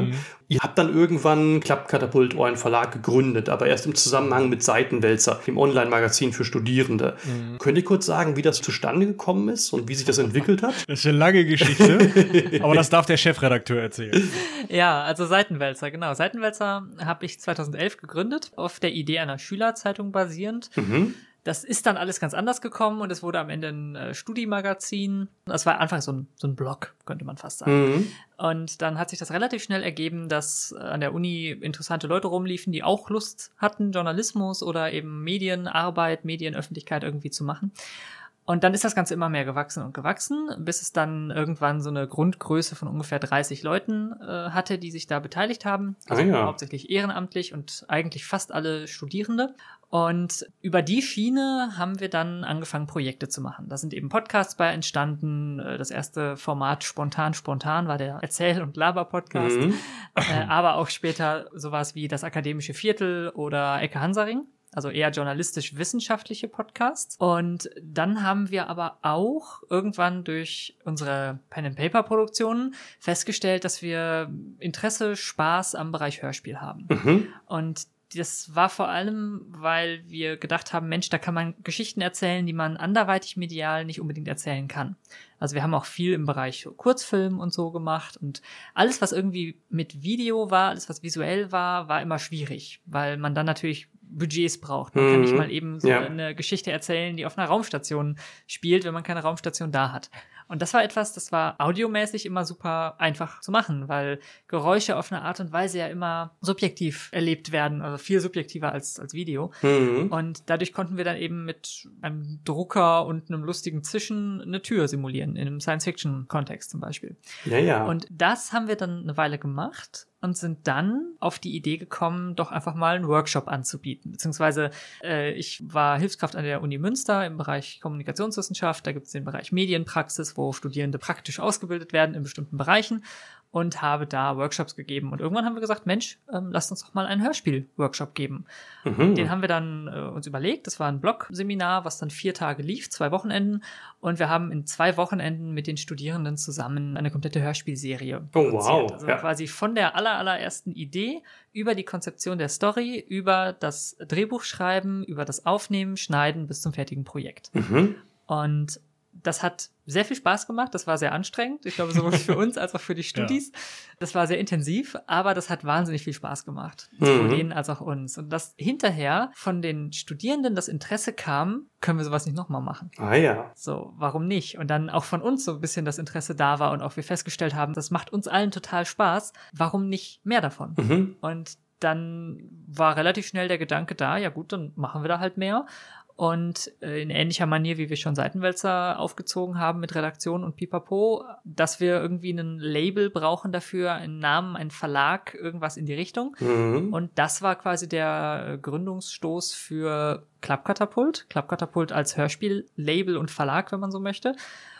Ihr habt dann irgendwann Klappkatapult, euren Verlag, gegründet, aber erst im Zusammenhang mit Seitenwälzer, dem Online-Magazin für Studierende. Mhm. Könnt ihr kurz sagen, wie das zustande gekommen ist und wie sich das entwickelt hat? Das ist eine lange Geschichte, aber das darf der Chefredakteur erzählen. Ja, also Seitenwälzer, genau. Seitenwälzer habe ich zweitausendelf gegründet, auf der Idee einer Schülerzeitung basierend. Mhm. Das ist dann alles ganz anders gekommen und es wurde am Ende ein äh, Studi-Magazin. Das war anfangs so ein, so ein Blog, könnte man fast sagen. Mhm. Und dann hat sich das relativ schnell ergeben, dass äh, an der Uni interessante Leute rumliefen, die auch Lust hatten, Journalismus oder eben Medienarbeit, Medienöffentlichkeit irgendwie zu machen. Und dann ist das Ganze immer mehr gewachsen und gewachsen, bis es dann irgendwann so eine Grundgröße von ungefähr dreißig Leuten äh, hatte, die sich da beteiligt haben. Also ah, ja. hauptsächlich ehrenamtlich und eigentlich fast alle Studierende. Und über die Schiene haben wir dann angefangen, Projekte zu machen. Da sind eben Podcasts bei entstanden. Das erste Format Spontan Spontan war der Erzähl- und Laber-Podcast. Mhm. Äh, aber auch später sowas wie das Akademische Viertel oder Ecke Hansaring. Also eher journalistisch-wissenschaftliche Podcasts. Und dann haben wir aber auch irgendwann durch unsere Pen-and-Paper-Produktionen festgestellt, dass wir Interesse, Spaß am Bereich Hörspiel haben. Mhm. Und das war vor allem, weil wir gedacht haben, Mensch, da kann man Geschichten erzählen, die man anderweitig medial nicht unbedingt erzählen kann. Also wir haben auch viel im Bereich Kurzfilm und so gemacht und alles, was irgendwie mit Video war, alles, was visuell war, war immer schwierig, weil man dann natürlich Budgets braucht. Man mhm. kann nicht mal eben so ja. eine Geschichte erzählen, die auf einer Raumstation spielt, wenn man keine Raumstation da hat. Und das war etwas, das war audiomäßig immer super einfach zu machen, weil Geräusche auf eine Art und Weise ja immer subjektiv erlebt werden, also viel subjektiver als als Video. Mhm. Und dadurch konnten wir dann eben mit einem Drucker und einem lustigen Zischen eine Tür simulieren, in einem Science-Fiction-Kontext zum Beispiel. Ja, ja. Und das haben wir dann eine Weile gemacht und sind dann auf die Idee gekommen, doch einfach mal einen Workshop anzubieten. Beziehungsweise äh, ich war Hilfskraft an der Uni Münster im Bereich Kommunikationswissenschaft. Da gibt es den Bereich Medienpraxis, wo Studierende praktisch ausgebildet werden in bestimmten Bereichen und habe da Workshops gegeben. Und irgendwann haben wir gesagt, Mensch, ähm, lasst uns doch mal einen Hörspiel-Workshop geben. Mhm. Den haben wir dann äh, uns überlegt. Das war ein Blog-Seminar, was dann vier Tage lief, zwei Wochenenden. Und wir haben in zwei Wochenenden mit den Studierenden zusammen eine komplette Hörspielserie produziert. Oh, wow. Also ja. quasi von der aller, allerersten Idee über die Konzeption der Story, über das Drehbuchschreiben, über das Aufnehmen, Schneiden bis zum fertigen Projekt. Mhm. Und das hat sehr viel Spaß gemacht, das war sehr anstrengend, ich glaube sowohl für uns als auch für die Studis. Ja. Das war sehr intensiv, aber das hat wahnsinnig viel Spaß gemacht, sowohl mhm. denen als auch uns. Und dass hinterher von den Studierenden das Interesse kam, können wir sowas nicht nochmal machen. Ah ja. So, warum nicht? Und dann auch von uns so ein bisschen das Interesse da war und auch wir festgestellt haben, das macht uns allen total Spaß, warum nicht mehr davon? Mhm. Und dann war relativ schnell der Gedanke da, ja gut, dann machen wir da halt mehr. Und in ähnlicher Manier, wie wir schon Seitenwälzer aufgezogen haben mit Redaktion und Pipapo, dass wir irgendwie ein Label brauchen dafür, einen Namen, einen Verlag, irgendwas in die Richtung. Mhm. Und das war quasi der Gründungsstoß für Klappkatapult. Klappkatapult als Hörspiel-Label und Verlag, wenn man so möchte.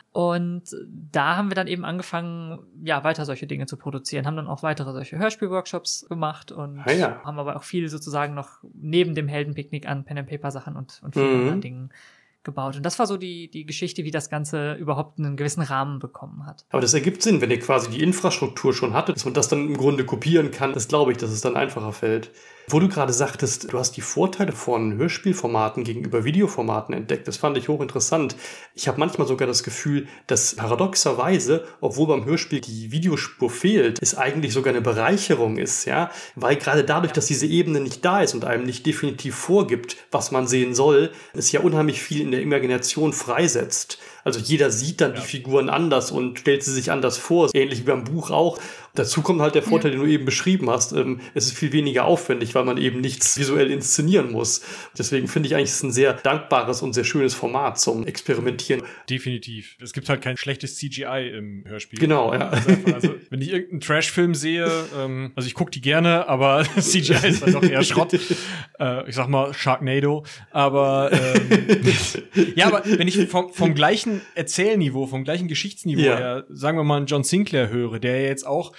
Und da haben wir dann eben angefangen, ja, weiter solche Dinge zu produzieren, haben dann auch weitere solche Hörspiel-Workshops gemacht und ah, ja. haben aber auch viel sozusagen noch neben dem Heldenpicknick an Pen-and-Paper-Sachen und, und vielen mhm. anderen Dingen gebaut. Und das war so die, die Geschichte, wie das Ganze überhaupt einen gewissen Rahmen bekommen hat. Aber das ergibt Sinn, wenn ihr quasi die Infrastruktur schon hattet und das dann im Grunde kopieren kann, das glaube ich, dass es dann einfacher fällt. Wo du gerade sagtest, du hast die Vorteile von Hörspielformaten gegenüber Videoformaten entdeckt, das fand ich hochinteressant. Ich habe manchmal sogar das Gefühl, dass paradoxerweise, obwohl beim Hörspiel die Videospur fehlt, es eigentlich sogar eine Bereicherung ist, ja, weil gerade dadurch, ja. dass diese Ebene nicht da ist und einem nicht definitiv vorgibt, was man sehen soll, es ja unheimlich viel in der Imagination freisetzt. Also jeder sieht dann ja. die Figuren anders und stellt sie sich anders vor, ähnlich wie beim Buch auch. Dazu kommt halt der Vorteil, ja. den du eben beschrieben hast. Es ist viel weniger aufwendig, weil man eben nichts visuell inszenieren muss. Deswegen finde ich eigentlich, es ist ein sehr dankbares und sehr schönes Format zum Experimentieren. Definitiv. Es gibt halt kein schlechtes C G I im Hörspiel. Genau, ja. Also, also wenn ich irgendeinen Trash-Film sehe, ähm, also ich gucke die gerne, aber C G I ist dann doch eher Schrott. Äh, ich sag mal Sharknado. Aber ähm, ja, aber wenn ich vom, vom gleichen Erzählniveau, vom gleichen Geschichtsniveau ja. her, sagen wir mal einen John Sinclair höre, der jetzt auch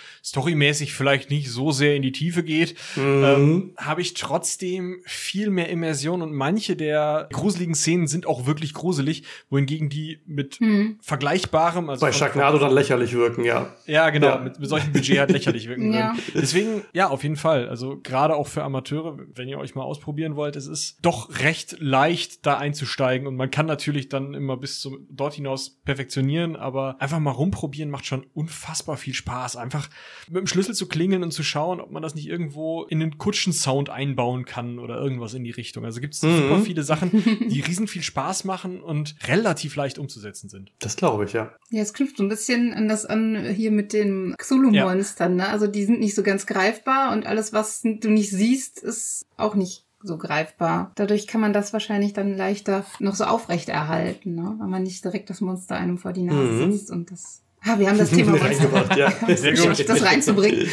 storymäßig vielleicht nicht so sehr in die Tiefe geht, Mhm. ähm, habe ich trotzdem viel mehr Immersion und manche der gruseligen Szenen sind auch wirklich gruselig, wohingegen die mit Hm. vergleichbarem, also Bei von- Sharknado dann lächerlich wirken, ja. ja, genau, Ja. mit, mit solchen Budget halt lächerlich wirken Ja. würden. Deswegen, ja, auf jeden Fall. Also gerade auch für Amateure, wenn ihr euch mal ausprobieren wollt, es ist doch recht leicht, da einzusteigen und man kann natürlich dann immer bis zum dort hinaus perfektionieren, aber einfach mal rumprobieren macht schon unfassbar viel Spaß. Einfach mit dem Schlüssel zu klingeln und zu schauen, ob man das nicht irgendwo in den Kutschen-Sound einbauen kann oder irgendwas in die Richtung. Also gibt es Mhm. super viele Sachen, die riesen viel Spaß machen und relativ leicht umzusetzen sind. Das glaube ich, ja. Ja, es knüpft so ein bisschen an das an hier mit den Cthulhu-Monstern, ne? Also die sind nicht so ganz greifbar und alles, was du nicht siehst, ist auch nicht so greifbar. Dadurch kann man das wahrscheinlich dann leichter noch so aufrechterhalten, ne? Weil man nicht direkt das Monster einem vor die Nase Mhm. setzt und das... Ah, wir haben das Thema Monster. Reingebracht, ja. Wir haben es Sehr geschafft, gut. das reinzubringen.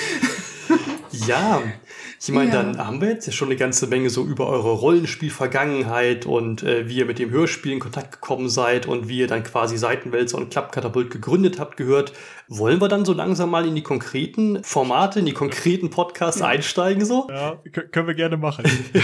Ja, ich meine, Ja. dann haben wir jetzt ja schon eine ganze Menge so über eure Rollenspiel-Vergangenheit und äh, wie ihr mit dem Hörspiel in Kontakt gekommen seid und wie ihr dann quasi Seitenwälzer und Klappkatapult gegründet habt, gehört. Wollen wir dann so langsam mal in die konkreten Formate, in die konkreten Podcasts einsteigen so? Ja, k- können wir gerne machen.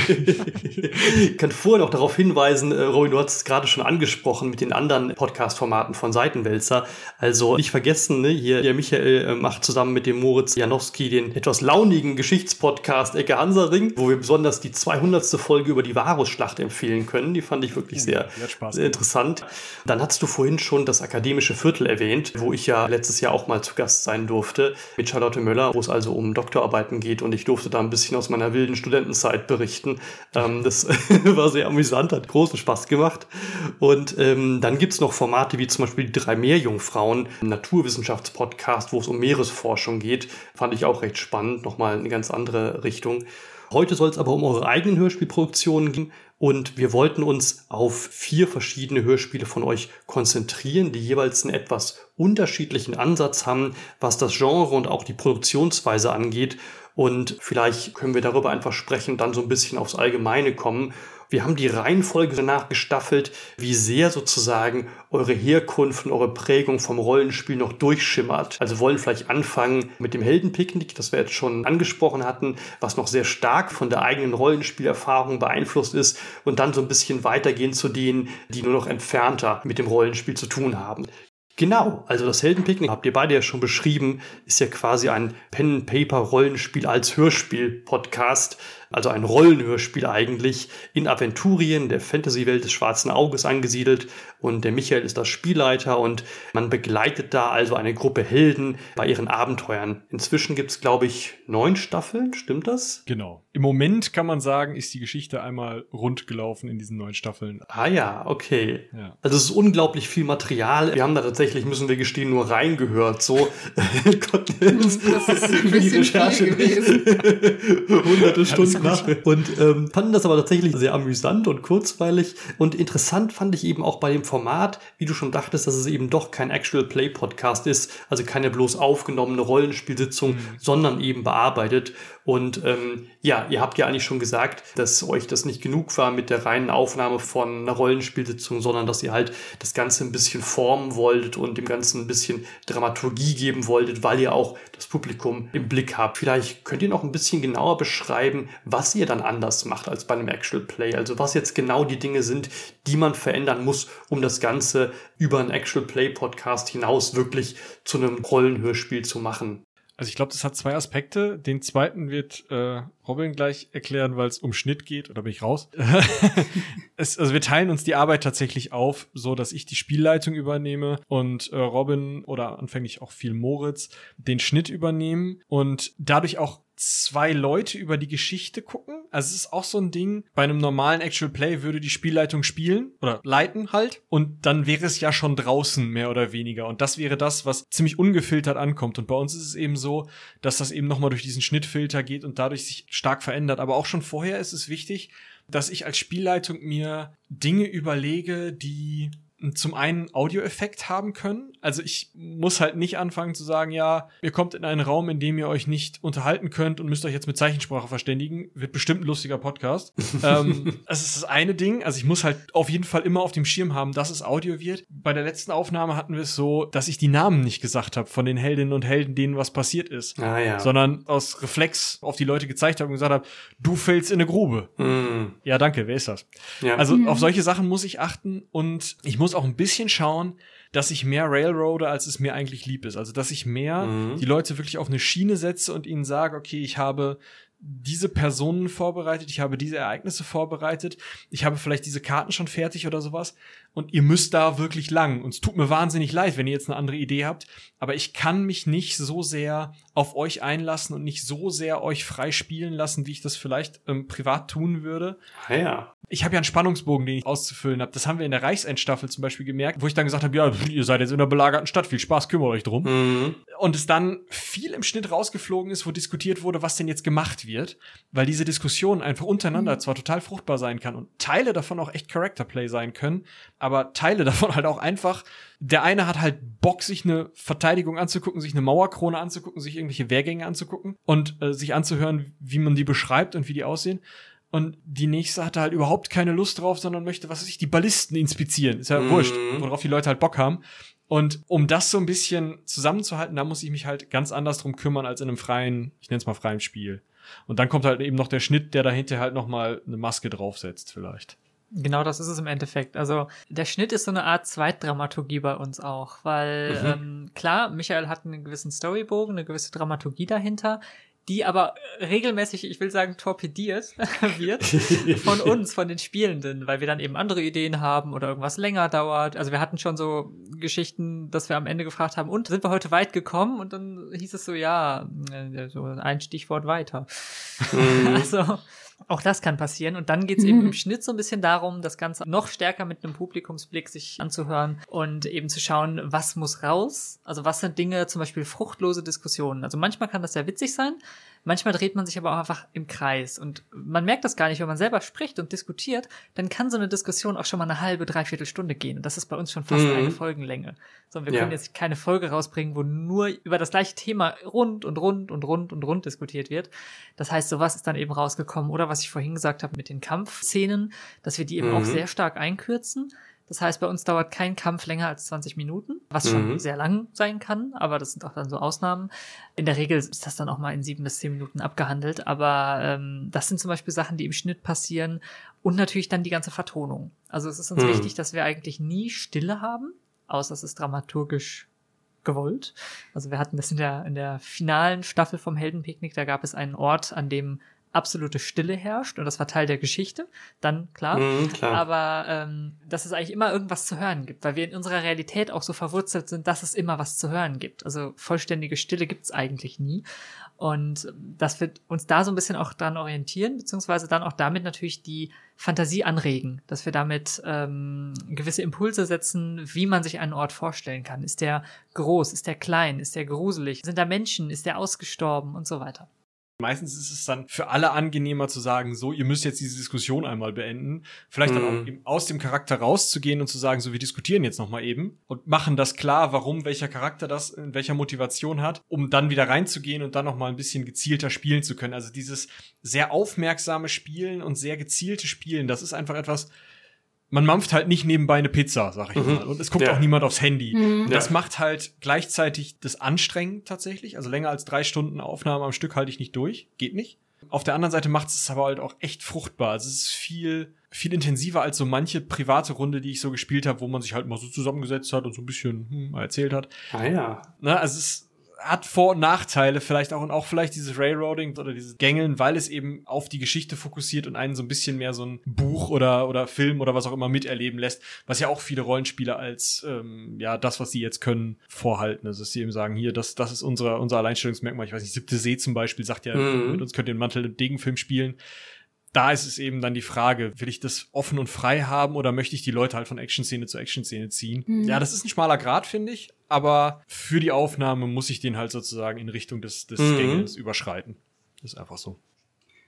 Ich kann vorher noch darauf hinweisen, äh, Robin, du hast es gerade schon angesprochen mit den anderen Podcast-Formaten von Seitenwälzer. Also nicht vergessen, ne, hier der Michael äh, macht zusammen mit dem Moritz Janowski den etwas launigen Geschichtspodcast Ecke Hansaring, wo wir besonders die zweihundertste Folge über die Varusschlacht empfehlen können. Die fand ich wirklich sehr, Die hat Spaß sehr interessant. Dann hast du vorhin schon das akademische Viertel erwähnt, wo ich ja letztes Jahr auch mal zu Gast sein durfte mit Charlotte Möller, wo es also um Doktorarbeiten geht und ich durfte da ein bisschen aus meiner wilden Studentenzeit berichten. Ähm, das war sehr amüsant, hat großen Spaß gemacht. Und ähm, dann gibt's noch Formate wie zum Beispiel die drei Meerjungfrauen, ein Naturwissenschaftspodcast, wo es um Meeresforschung geht. Fand ich auch recht spannend, nochmal eine ganz andere Richtung. Heute soll es aber um eure eigenen Hörspielproduktionen gehen und wir wollten uns auf vier verschiedene Hörspiele von euch konzentrieren, die jeweils einen etwas unterschiedlichen Ansatz haben, was das Genre und auch die Produktionsweise angeht. Und vielleicht können wir darüber einfach sprechen und dann so ein bisschen aufs Allgemeine kommen. Wir haben die Reihenfolge danach gestaffelt, wie sehr sozusagen eure Herkunft und eure Prägung vom Rollenspiel noch durchschimmert. Also wollen vielleicht anfangen mit dem Heldenpicknick, das wir jetzt schon angesprochen hatten, was noch sehr stark von der eigenen Rollenspielerfahrung beeinflusst ist und dann so ein bisschen weitergehen zu denen, die nur noch entfernter mit dem Rollenspiel zu tun haben. Genau, also das Heldenpicknick, habt ihr beide ja schon beschrieben, ist ja quasi ein Pen-and-Paper-Rollenspiel als Hörspiel-Podcast, also ein Rollenhörspiel eigentlich, in Aventurien, der Fantasy-Welt des Schwarzen Auges angesiedelt und der Michael ist das Spielleiter und man begleitet da also eine Gruppe Helden bei ihren Abenteuern. Inzwischen gibt's, glaube ich, neun Staffeln, stimmt das? Genau. Im Moment kann man sagen, ist die Geschichte einmal rund gelaufen in diesen neun Staffeln. Ah ja, okay. Ja. Also es ist unglaublich viel Material. Wir haben da tatsächlich, müssen wir gestehen, nur reingehört. So konnten uns Das ist ein für die bisschen Recherche viel gewesen. hunderte Stunden gut. nach. Und ähm, fanden das aber tatsächlich sehr amüsant und kurzweilig. Und interessant fand ich eben auch bei dem Format, wie du schon dachtest, dass es eben doch kein Actual Play Podcast ist. Also keine bloß aufgenommene Rollenspielsitzung, Mhm. sondern eben bearbeitet. Und ähm, ja, ihr habt ja eigentlich schon gesagt, dass euch das nicht genug war mit der reinen Aufnahme von einer Rollenspielsitzung, sondern dass ihr halt das Ganze ein bisschen formen wolltet und dem Ganzen ein bisschen Dramaturgie geben wolltet, weil ihr auch das Publikum im Blick habt. Vielleicht könnt ihr noch ein bisschen genauer beschreiben, was ihr dann anders macht als bei einem Actual Play. Also was jetzt genau die Dinge sind, die man verändern muss, um das Ganze über einen Actual Play Podcast hinaus wirklich zu einem Rollenhörspiel zu machen. Also ich glaube, das hat zwei Aspekte. Den zweiten wird äh, Robin gleich erklären, weil es um Schnitt geht. Oder bin ich raus? es, also wir teilen uns die Arbeit tatsächlich auf, so dass ich die Spielleitung übernehme und äh, Robin oder anfänglich auch viel Moritz den Schnitt übernehmen und dadurch auch zwei Leute über die Geschichte gucken. Also es ist auch so ein Ding, bei einem normalen Actual Play würde die Spielleitung spielen oder leiten halt und dann wäre es ja schon draußen mehr oder weniger und das wäre das, was ziemlich ungefiltert ankommt und bei uns ist es eben so, dass das eben nochmal durch diesen Schnittfilter geht und dadurch sich stark verändert, aber auch schon vorher ist es wichtig, dass ich als Spielleitung mir Dinge überlege, die zum einen Audioeffekt haben können. Also ich muss halt nicht anfangen zu sagen, ja, ihr kommt in einen Raum, in dem ihr euch nicht unterhalten könnt und müsst euch jetzt mit Zeichensprache verständigen. Wird bestimmt ein lustiger Podcast. ähm, das ist das eine Ding. Also ich muss halt auf jeden Fall immer auf dem Schirm haben, dass es Audio wird. Bei der letzten Aufnahme hatten wir es so, dass ich die Namen nicht gesagt habe von den Heldinnen und Helden, denen was passiert ist. Ah, ja. Sondern aus Reflex auf die Leute gezeigt habe und gesagt habe, du fällst in eine Grube. Mhm. Ja, danke, wer ist das? Ja. Also Mhm. auf solche Sachen muss ich achten und ich muss auch ein bisschen schauen, dass ich mehr railroade, als es mir eigentlich lieb ist. Also dass ich mehr Mhm. die Leute wirklich auf eine Schiene setze und ihnen sage, okay, ich habe diese Personen vorbereitet, ich habe diese Ereignisse vorbereitet, ich habe vielleicht diese Karten schon fertig oder sowas und ihr müsst da wirklich lang. Und es tut mir wahnsinnig leid, wenn ihr jetzt eine andere Idee habt, aber ich kann mich nicht so sehr auf euch einlassen und nicht so sehr euch frei spielen lassen, wie ich das vielleicht ähm, privat tun würde. Ah, ja. Ich habe ja einen Spannungsbogen, den ich auszufüllen habe. Das haben wir in der Reichsendstaffel zum Beispiel gemerkt, wo ich dann gesagt habe, ja, ihr seid jetzt in einer belagerten Stadt, viel Spaß, kümmert euch drum. Mhm. Und es dann viel im Schnitt rausgeflogen ist, wo diskutiert wurde, was denn jetzt gemacht wird, weil diese Diskussion einfach untereinander Mhm. zwar total fruchtbar sein kann und Teile davon auch echt Character Play sein können, aber Teile davon halt auch einfach, der eine hat halt Bock, sich eine Verteidigung anzugucken, sich eine Mauerkrone anzugucken, sich irgendwelche Wehrgänge anzugucken und äh, sich anzuhören, wie man die beschreibt und wie die aussehen. Und die nächste hatte halt überhaupt keine Lust drauf, sondern möchte, was weiß ich, die Ballisten inspizieren. Ist ja Mhm. wurscht, worauf die Leute halt Bock haben. Und um das so ein bisschen zusammenzuhalten, da muss ich mich halt ganz anders drum kümmern als in einem freien, ich nenne es mal freien Spiel. Und dann kommt halt eben noch der Schnitt, der dahinter halt noch mal eine Maske draufsetzt vielleicht. Genau, das ist es im Endeffekt. Also der Schnitt ist so eine Art Zweitdramaturgie bei uns auch, weil Mhm. ähm, klar, Michael hat einen gewissen Storybogen, eine gewisse Dramaturgie dahinter, die aber regelmäßig, ich will sagen, torpediert wird von uns, von den Spielenden, weil wir dann eben andere Ideen haben oder irgendwas länger dauert. Also wir hatten schon so Geschichten, dass wir am Ende gefragt haben, und sind wir heute weit gekommen? Und dann hieß es so, ja, äh, so ein Stichwort weiter. Mhm. Also auch das kann passieren. Und dann geht's eben im Schnitt so ein bisschen darum, das Ganze noch stärker mit einem Publikumsblick sich anzuhören und eben zu schauen, was muss raus? Also was sind Dinge, zum Beispiel fruchtlose Diskussionen. Also manchmal kann das sehr witzig sein, manchmal dreht man sich aber auch einfach im Kreis. Und man merkt das gar nicht, wenn man selber spricht und diskutiert, dann kann so eine Diskussion auch schon mal eine halbe, dreiviertel Stunde gehen. Und das ist bei uns schon fast Mhm. eine Folgenlänge. So, wir Ja. können jetzt keine Folge rausbringen, wo nur über das gleiche Thema rund und rund und rund und rund diskutiert wird. Das heißt, sowas ist dann eben rausgekommen. Oder was ich vorhin gesagt habe mit den Kampfszenen, dass wir die eben Mhm. auch sehr stark einkürzen. Das heißt, bei uns dauert kein Kampf länger als zwanzig Minuten, was schon Mhm. sehr lang sein kann, aber das sind auch dann so Ausnahmen. In der Regel ist das dann auch mal in sieben bis zehn Minuten abgehandelt, aber ähm, das sind zum Beispiel Sachen, die im Schnitt passieren und natürlich dann die ganze Vertonung. Also es ist uns Mhm. wichtig, dass wir eigentlich nie Stille haben, außer es ist dramaturgisch gewollt. Also wir hatten das in der, in der finalen Staffel vom Heldenpicknick, da gab es einen Ort, an dem absolute Stille herrscht und das war Teil der Geschichte, dann klar. Mhm, klar. Aber ähm, dass es eigentlich immer irgendwas zu hören gibt, weil wir in unserer Realität auch so verwurzelt sind, dass es immer was zu hören gibt. Also vollständige Stille gibt es eigentlich nie. Und dass wir uns da so ein bisschen auch dran orientieren, beziehungsweise dann auch damit natürlich die Fantasie anregen, dass wir damit ähm, gewisse Impulse setzen, wie man sich einen Ort vorstellen kann. Ist der groß? Ist der klein? Ist der gruselig? Sind da Menschen? Ist der ausgestorben? Und so weiter. Meistens ist es dann für alle angenehmer zu sagen, so, ihr müsst jetzt diese Diskussion einmal beenden. Vielleicht dann Mhm. auch eben aus dem Charakter rauszugehen und zu sagen, so, wir diskutieren jetzt nochmal eben und machen das klar, warum welcher Charakter das in welcher Motivation hat, um dann wieder reinzugehen und dann nochmal ein bisschen gezielter spielen zu können. Also dieses sehr aufmerksame Spielen und sehr gezielte Spielen, das ist einfach etwas, man mampft halt nicht nebenbei eine Pizza, sag ich Mhm. mal. Und es guckt Ja. auch niemand aufs Handy. Mhm. Das Ja. macht halt gleichzeitig das anstrengend tatsächlich. Also länger als drei Stunden Aufnahme am Stück halte ich nicht durch. Geht nicht. Auf der anderen Seite macht es aber halt auch echt fruchtbar. Also es ist viel, viel intensiver als so manche private Runde, die ich so gespielt habe, wo man sich halt mal so zusammengesetzt hat und so ein bisschen hm, erzählt hat. Ah ja. Na, also es hat Vor- und Nachteile vielleicht auch und auch vielleicht dieses Railroading oder dieses Gängeln, weil es eben auf die Geschichte fokussiert und einen so ein bisschen mehr so ein Buch oder oder Film oder was auch immer miterleben lässt, was ja auch viele Rollenspieler als ähm, ja das, was sie jetzt können, vorhalten. Also dass sie eben sagen, hier, das das ist unser unser Alleinstellungsmerkmal. Ich weiß nicht, Siebte See zum Beispiel sagt ja, Mhm. mit uns könnt ihr einen Mantel- und Degenfilm spielen. Da ist es eben dann die Frage, will ich das offen und frei haben oder möchte ich die Leute halt von Action-Szene zu Action-Szene ziehen? Mhm. Ja, das ist ein schmaler Grat, finde ich, aber für die Aufnahme muss ich den halt sozusagen in Richtung des, des Mhm. Gängelns überschreiten. Das ist einfach so.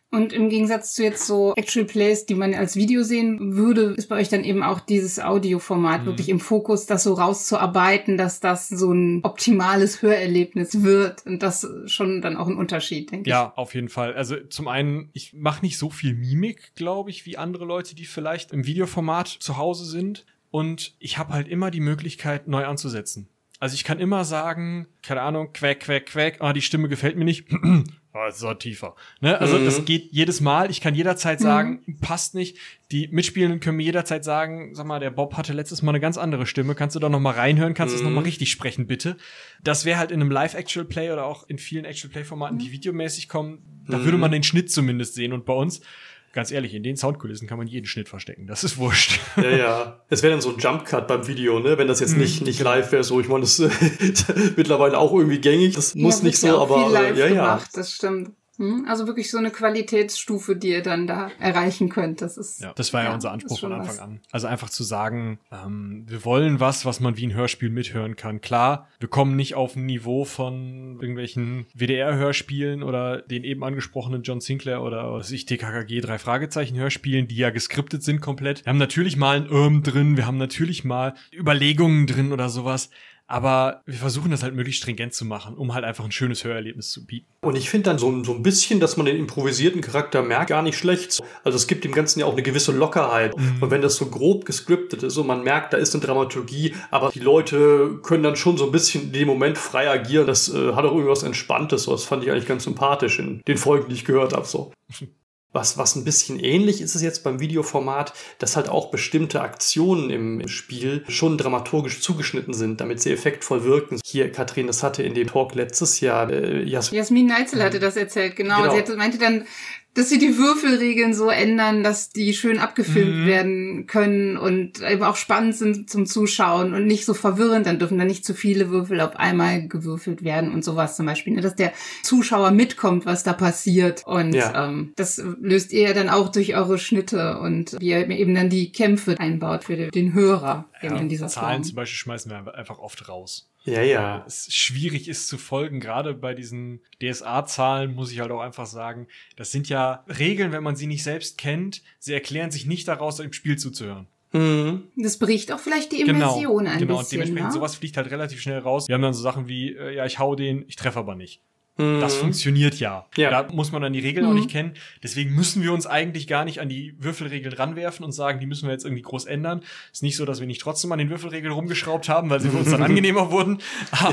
Und im Gegensatz zu jetzt so Actual Plays, die man als Video sehen würde, ist bei euch dann eben auch dieses Audioformat mhm. wirklich im Fokus, das so rauszuarbeiten, dass das so ein optimales Hörerlebnis wird. Und das schon dann auch ein Unterschied, denke ich. Ja, auf jeden Fall. Also zum einen, ich mache nicht so viel Mimik, glaube ich, wie andere Leute, die vielleicht im Videoformat zu Hause sind. Und ich habe halt immer die Möglichkeit, neu anzusetzen. Also ich kann immer sagen, keine Ahnung, quäk, quäk, quäk, ah, die Stimme gefällt mir nicht. Oh, es soll tiefer. Ne? Also mhm. das geht jedes Mal. Ich kann jederzeit sagen, mhm. passt nicht. Die Mitspielenden können mir jederzeit sagen, sag mal, der Bob hatte letztes Mal eine ganz andere Stimme. Kannst du da noch mal reinhören? Kannst du mhm. es noch mal richtig sprechen, bitte? Das wäre halt in einem Live-Actual-Play oder auch in vielen Actual-Play-Formaten, mhm. die videomäßig kommen. Da mhm. würde man den Schnitt zumindest sehen. Und bei uns, ganz ehrlich, in den Soundkulissen kann man jeden Schnitt verstecken. Das ist wurscht. Ja, ja. Es wäre dann so ein Jump-Cut beim Video, ne? Wenn das jetzt nicht, nicht live wäre. So, ich meine, das ist mittlerweile auch irgendwie gängig. Das ja, muss nicht so, ja auch aber viel live ja, ja. gemacht, das stimmt. Also wirklich so eine Qualitätsstufe, die ihr dann da erreichen könnt. Das ist ja, das war ja, ja unser Anspruch von Anfang was. an. Also einfach zu sagen, ähm, wir wollen was, was man wie ein Hörspiel mithören kann. Klar, wir kommen nicht auf ein Niveau von irgendwelchen W D R-Hörspielen oder den eben angesprochenen John Sinclair oder was weiß ich, T K K G drei Fragezeichen Hörspielen, die ja geskriptet sind komplett. Wir haben natürlich mal ein Irm drin, wir haben natürlich mal Überlegungen drin oder sowas. Aber wir versuchen das halt möglichst stringent zu machen, um halt einfach ein schönes Hörerlebnis zu bieten. Und ich finde dann so, so ein bisschen, dass man den improvisierten Charakter merkt, gar nicht schlecht. Also es gibt dem Ganzen ja auch eine gewisse Lockerheit. Mhm. Und wenn das so grob gescriptet ist und man merkt, da ist eine Dramaturgie, aber die Leute können dann schon so ein bisschen in dem Moment frei agieren. Das äh, hat auch irgendwas Entspanntes. So. Das fand ich eigentlich ganz sympathisch in den Folgen, die ich gehört habe. So. Was, was ein bisschen ähnlich ist es jetzt beim Videoformat, dass halt auch bestimmte Aktionen im Spiel schon dramaturgisch zugeschnitten sind, damit sie effektvoll wirken. Hier, Katrin, das hatte in dem Talk letztes Jahr äh, Jas- Jasmin Neitzel hatte das erzählt, genau. genau. Sie hatte, meinte dann, dass sie die Würfelregeln so ändern, dass die schön abgefilmt mhm. werden können und eben auch spannend sind zum Zuschauen und nicht so verwirrend. Dann dürfen da nicht zu viele Würfel auf einmal gewürfelt werden und sowas zum Beispiel. Ne? Dass der Zuschauer mitkommt, was da passiert. Und ja. ähm, das löst ihr ja dann auch durch eure Schnitte und wie ihr eben dann die Kämpfe einbaut für den Hörer ja, in dieser Zahlen Form. Zum Beispiel schmeißen wir einfach oft raus. Ja, ja. Weil es schwierig ist zu folgen, gerade bei diesen D S A-Zahlen muss ich halt auch einfach sagen, das sind ja Regeln, wenn man sie nicht selbst kennt, sie erklären sich nicht daraus, im Spiel zuzuhören. Mhm. Das bricht auch vielleicht die Immersion genau, ein genau. bisschen. Genau, und dementsprechend ne? sowas fliegt halt relativ schnell raus. Wir haben dann so Sachen wie, äh, ja, ich hau den, ich treffe aber nicht. Das funktioniert ja. ja. Da muss man dann die Regeln mhm. auch nicht kennen. Deswegen müssen wir uns eigentlich gar nicht an die Würfelregeln ranwerfen und sagen, die müssen wir jetzt irgendwie groß ändern. Ist nicht so, dass wir nicht trotzdem an den Würfelregeln rumgeschraubt haben, weil sie für uns dann angenehmer wurden. Aber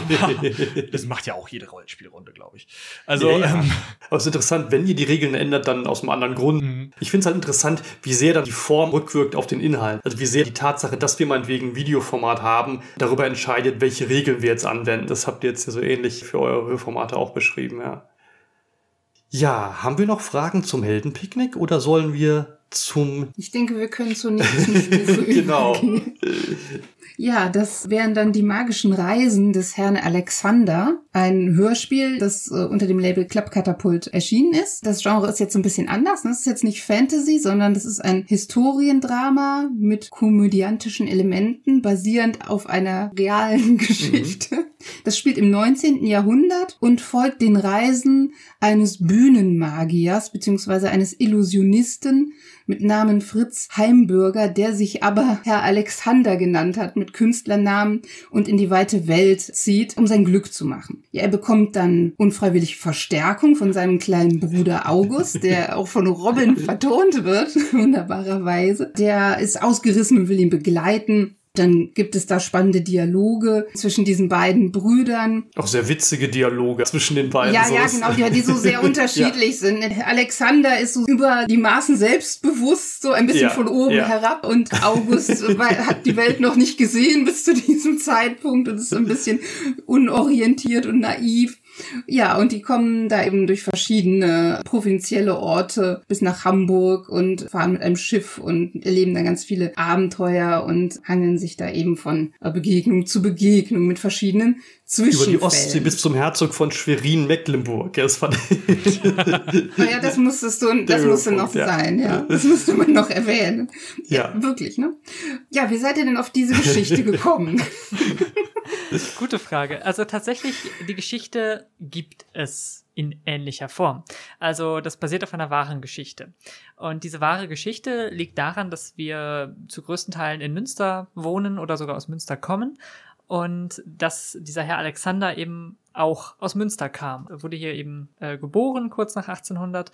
das macht ja auch jede Rollenspielrunde, glaube ich. Also, ja, ja. Ähm, aber es ist interessant, wenn ihr die Regeln ändert, dann aus einem anderen Grund. Mhm. Ich finde es halt interessant, wie sehr dann die Form rückwirkt auf den Inhalt. Also wie sehr die Tatsache, dass wir meinetwegen ein Videoformat haben, darüber entscheidet, welche Regeln wir jetzt anwenden. Das habt ihr jetzt ja so ähnlich für eure Hörformate auch beschrieben. Ja. ja, haben wir noch Fragen zum Heldenpicknick oder sollen wir zum... Ich denke, wir können zur nächsten Stufe Genau. übergehen. Ja, das wären dann die magischen Reisen des Herrn Alexander. Ein Hörspiel, das äh, unter dem Label Klappkatapult erschienen ist. Das Genre ist jetzt ein bisschen anders. Das ist jetzt nicht Fantasy, sondern das ist ein Historiendrama mit komödiantischen Elementen, basierend auf einer realen Geschichte. Mhm. Das spielt im neunzehnten Jahrhundert und folgt den Reisen eines Bühnenmagiers bzw. eines Illusionisten mit Namen Fritz Heimbürger, der sich aber Herr Alexander genannt hat, mit Künstlernamen und in die weite Welt zieht, um sein Glück zu machen. Ja, er bekommt dann unfreiwillig Verstärkung von seinem kleinen Bruder August, der auch von Robin vertont wird, wunderbarerweise. Der ist ausgerissen und will ihn begleiten. Dann gibt es da spannende Dialoge zwischen diesen beiden Brüdern. Auch sehr witzige Dialoge zwischen den beiden. Ja, so ja, genau, die, die so sehr unterschiedlich ja. sind. Alexander ist so über die Maßen selbstbewusst, so ein bisschen ja, von oben ja. herab. Und August hat die Welt noch nicht gesehen bis zu diesem Zeitpunkt und ist so ein bisschen unorientiert und naiv. Ja, und die kommen da eben durch verschiedene provinzielle Orte bis nach Hamburg und fahren mit einem Schiff und erleben dann ganz viele Abenteuer und hangeln sich da eben von Begegnung zu Begegnung mit verschiedenen Zwischenfällen. Über die Ostsee bis zum Herzog von Schwerin-Mecklenburg. Ja, das fand ich. Oh ja, das musstest du, das musste noch ja. sein, ja. Das musste man noch erwähnen. Ja. ja, wirklich, ne? Ja, wie seid ihr denn auf diese Geschichte gekommen? Gute Frage. Also tatsächlich, die Geschichte gibt es in ähnlicher Form. Also das basiert auf einer wahren Geschichte. Und diese wahre Geschichte liegt daran, dass wir zu größten Teilen in Münster wohnen oder sogar aus Münster kommen und dass dieser Herr Alexander eben auch aus Münster kam. Er wurde hier eben äh, geboren, kurz nach achtzehnhundert.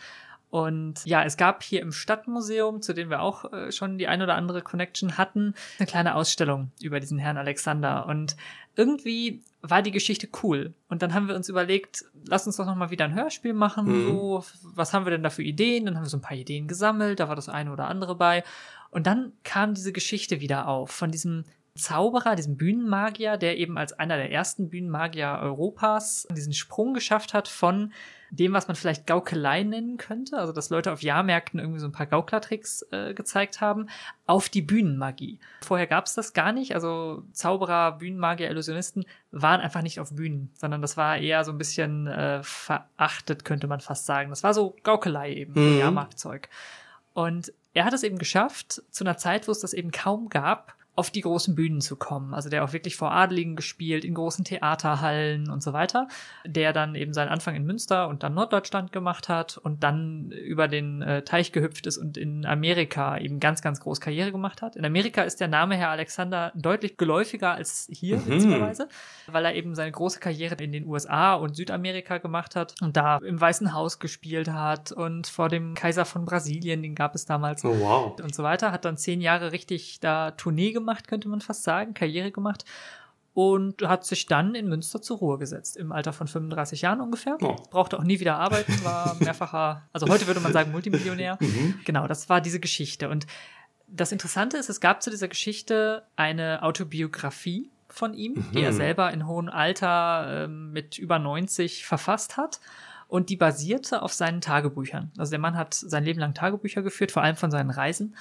Und ja, es gab hier im Stadtmuseum, zu dem wir auch äh, schon die ein oder andere Connection hatten, eine kleine Ausstellung über diesen Herrn Alexander. Und irgendwie war die Geschichte cool. Und dann haben wir uns überlegt, lass uns doch noch mal wieder ein Hörspiel machen. Mhm. So, was haben wir denn da für Ideen? Dann haben wir so ein paar Ideen gesammelt, da war das eine oder andere bei. Und dann kam diese Geschichte wieder auf von diesem Zauberer, diesem Bühnenmagier, der eben als einer der ersten Bühnenmagier Europas diesen Sprung geschafft hat von dem, was man vielleicht Gaukelei nennen könnte, also dass Leute auf Jahrmärkten irgendwie so ein paar Gauklertricks äh, gezeigt haben, auf die Bühnenmagie. Vorher gab es das gar nicht, also Zauberer, Bühnenmagier, Illusionisten waren einfach nicht auf Bühnen, sondern das war eher so ein bisschen äh, verachtet, könnte man fast sagen. Das war so Gaukelei eben, mhm. Jahrmarktzeug. Und er hat es eben geschafft, zu einer Zeit, wo es das eben kaum gab, auf die großen Bühnen zu kommen. Also der auch wirklich vor Adeligen gespielt, in großen Theaterhallen und so weiter. Der dann eben seinen Anfang in Münster und dann Norddeutschland gemacht hat und dann über den äh, Teich gehüpft ist und in Amerika eben ganz, ganz groß Karriere gemacht hat. In Amerika ist der Name Herr Alexander deutlich geläufiger als hier, mhm. witzigerweise, weil er eben seine große Karriere in den U S A und Südamerika gemacht hat und da im Weißen Haus gespielt hat und vor dem Kaiser von Brasilien, den gab es damals oh, wow. und so weiter. Hat dann zehn Jahre richtig da Tournee gemacht. gemacht, könnte man fast sagen, Karriere gemacht und hat sich dann in Münster zur Ruhe gesetzt, im Alter von fünfunddreißig Jahren ungefähr. Oh. Brauchte auch nie wieder arbeiten, war mehrfacher, also heute würde man sagen Multimillionär. Mhm. Genau, das war diese Geschichte. Und das Interessante ist, es gab zu dieser Geschichte eine Autobiografie von ihm, mhm. die er selber in hohem Alter äh, mit über neunzig verfasst hat. Und die basierte auf seinen Tagebüchern. Also der Mann hat sein Leben lang Tagebücher geführt, vor allem von seinen Reisen.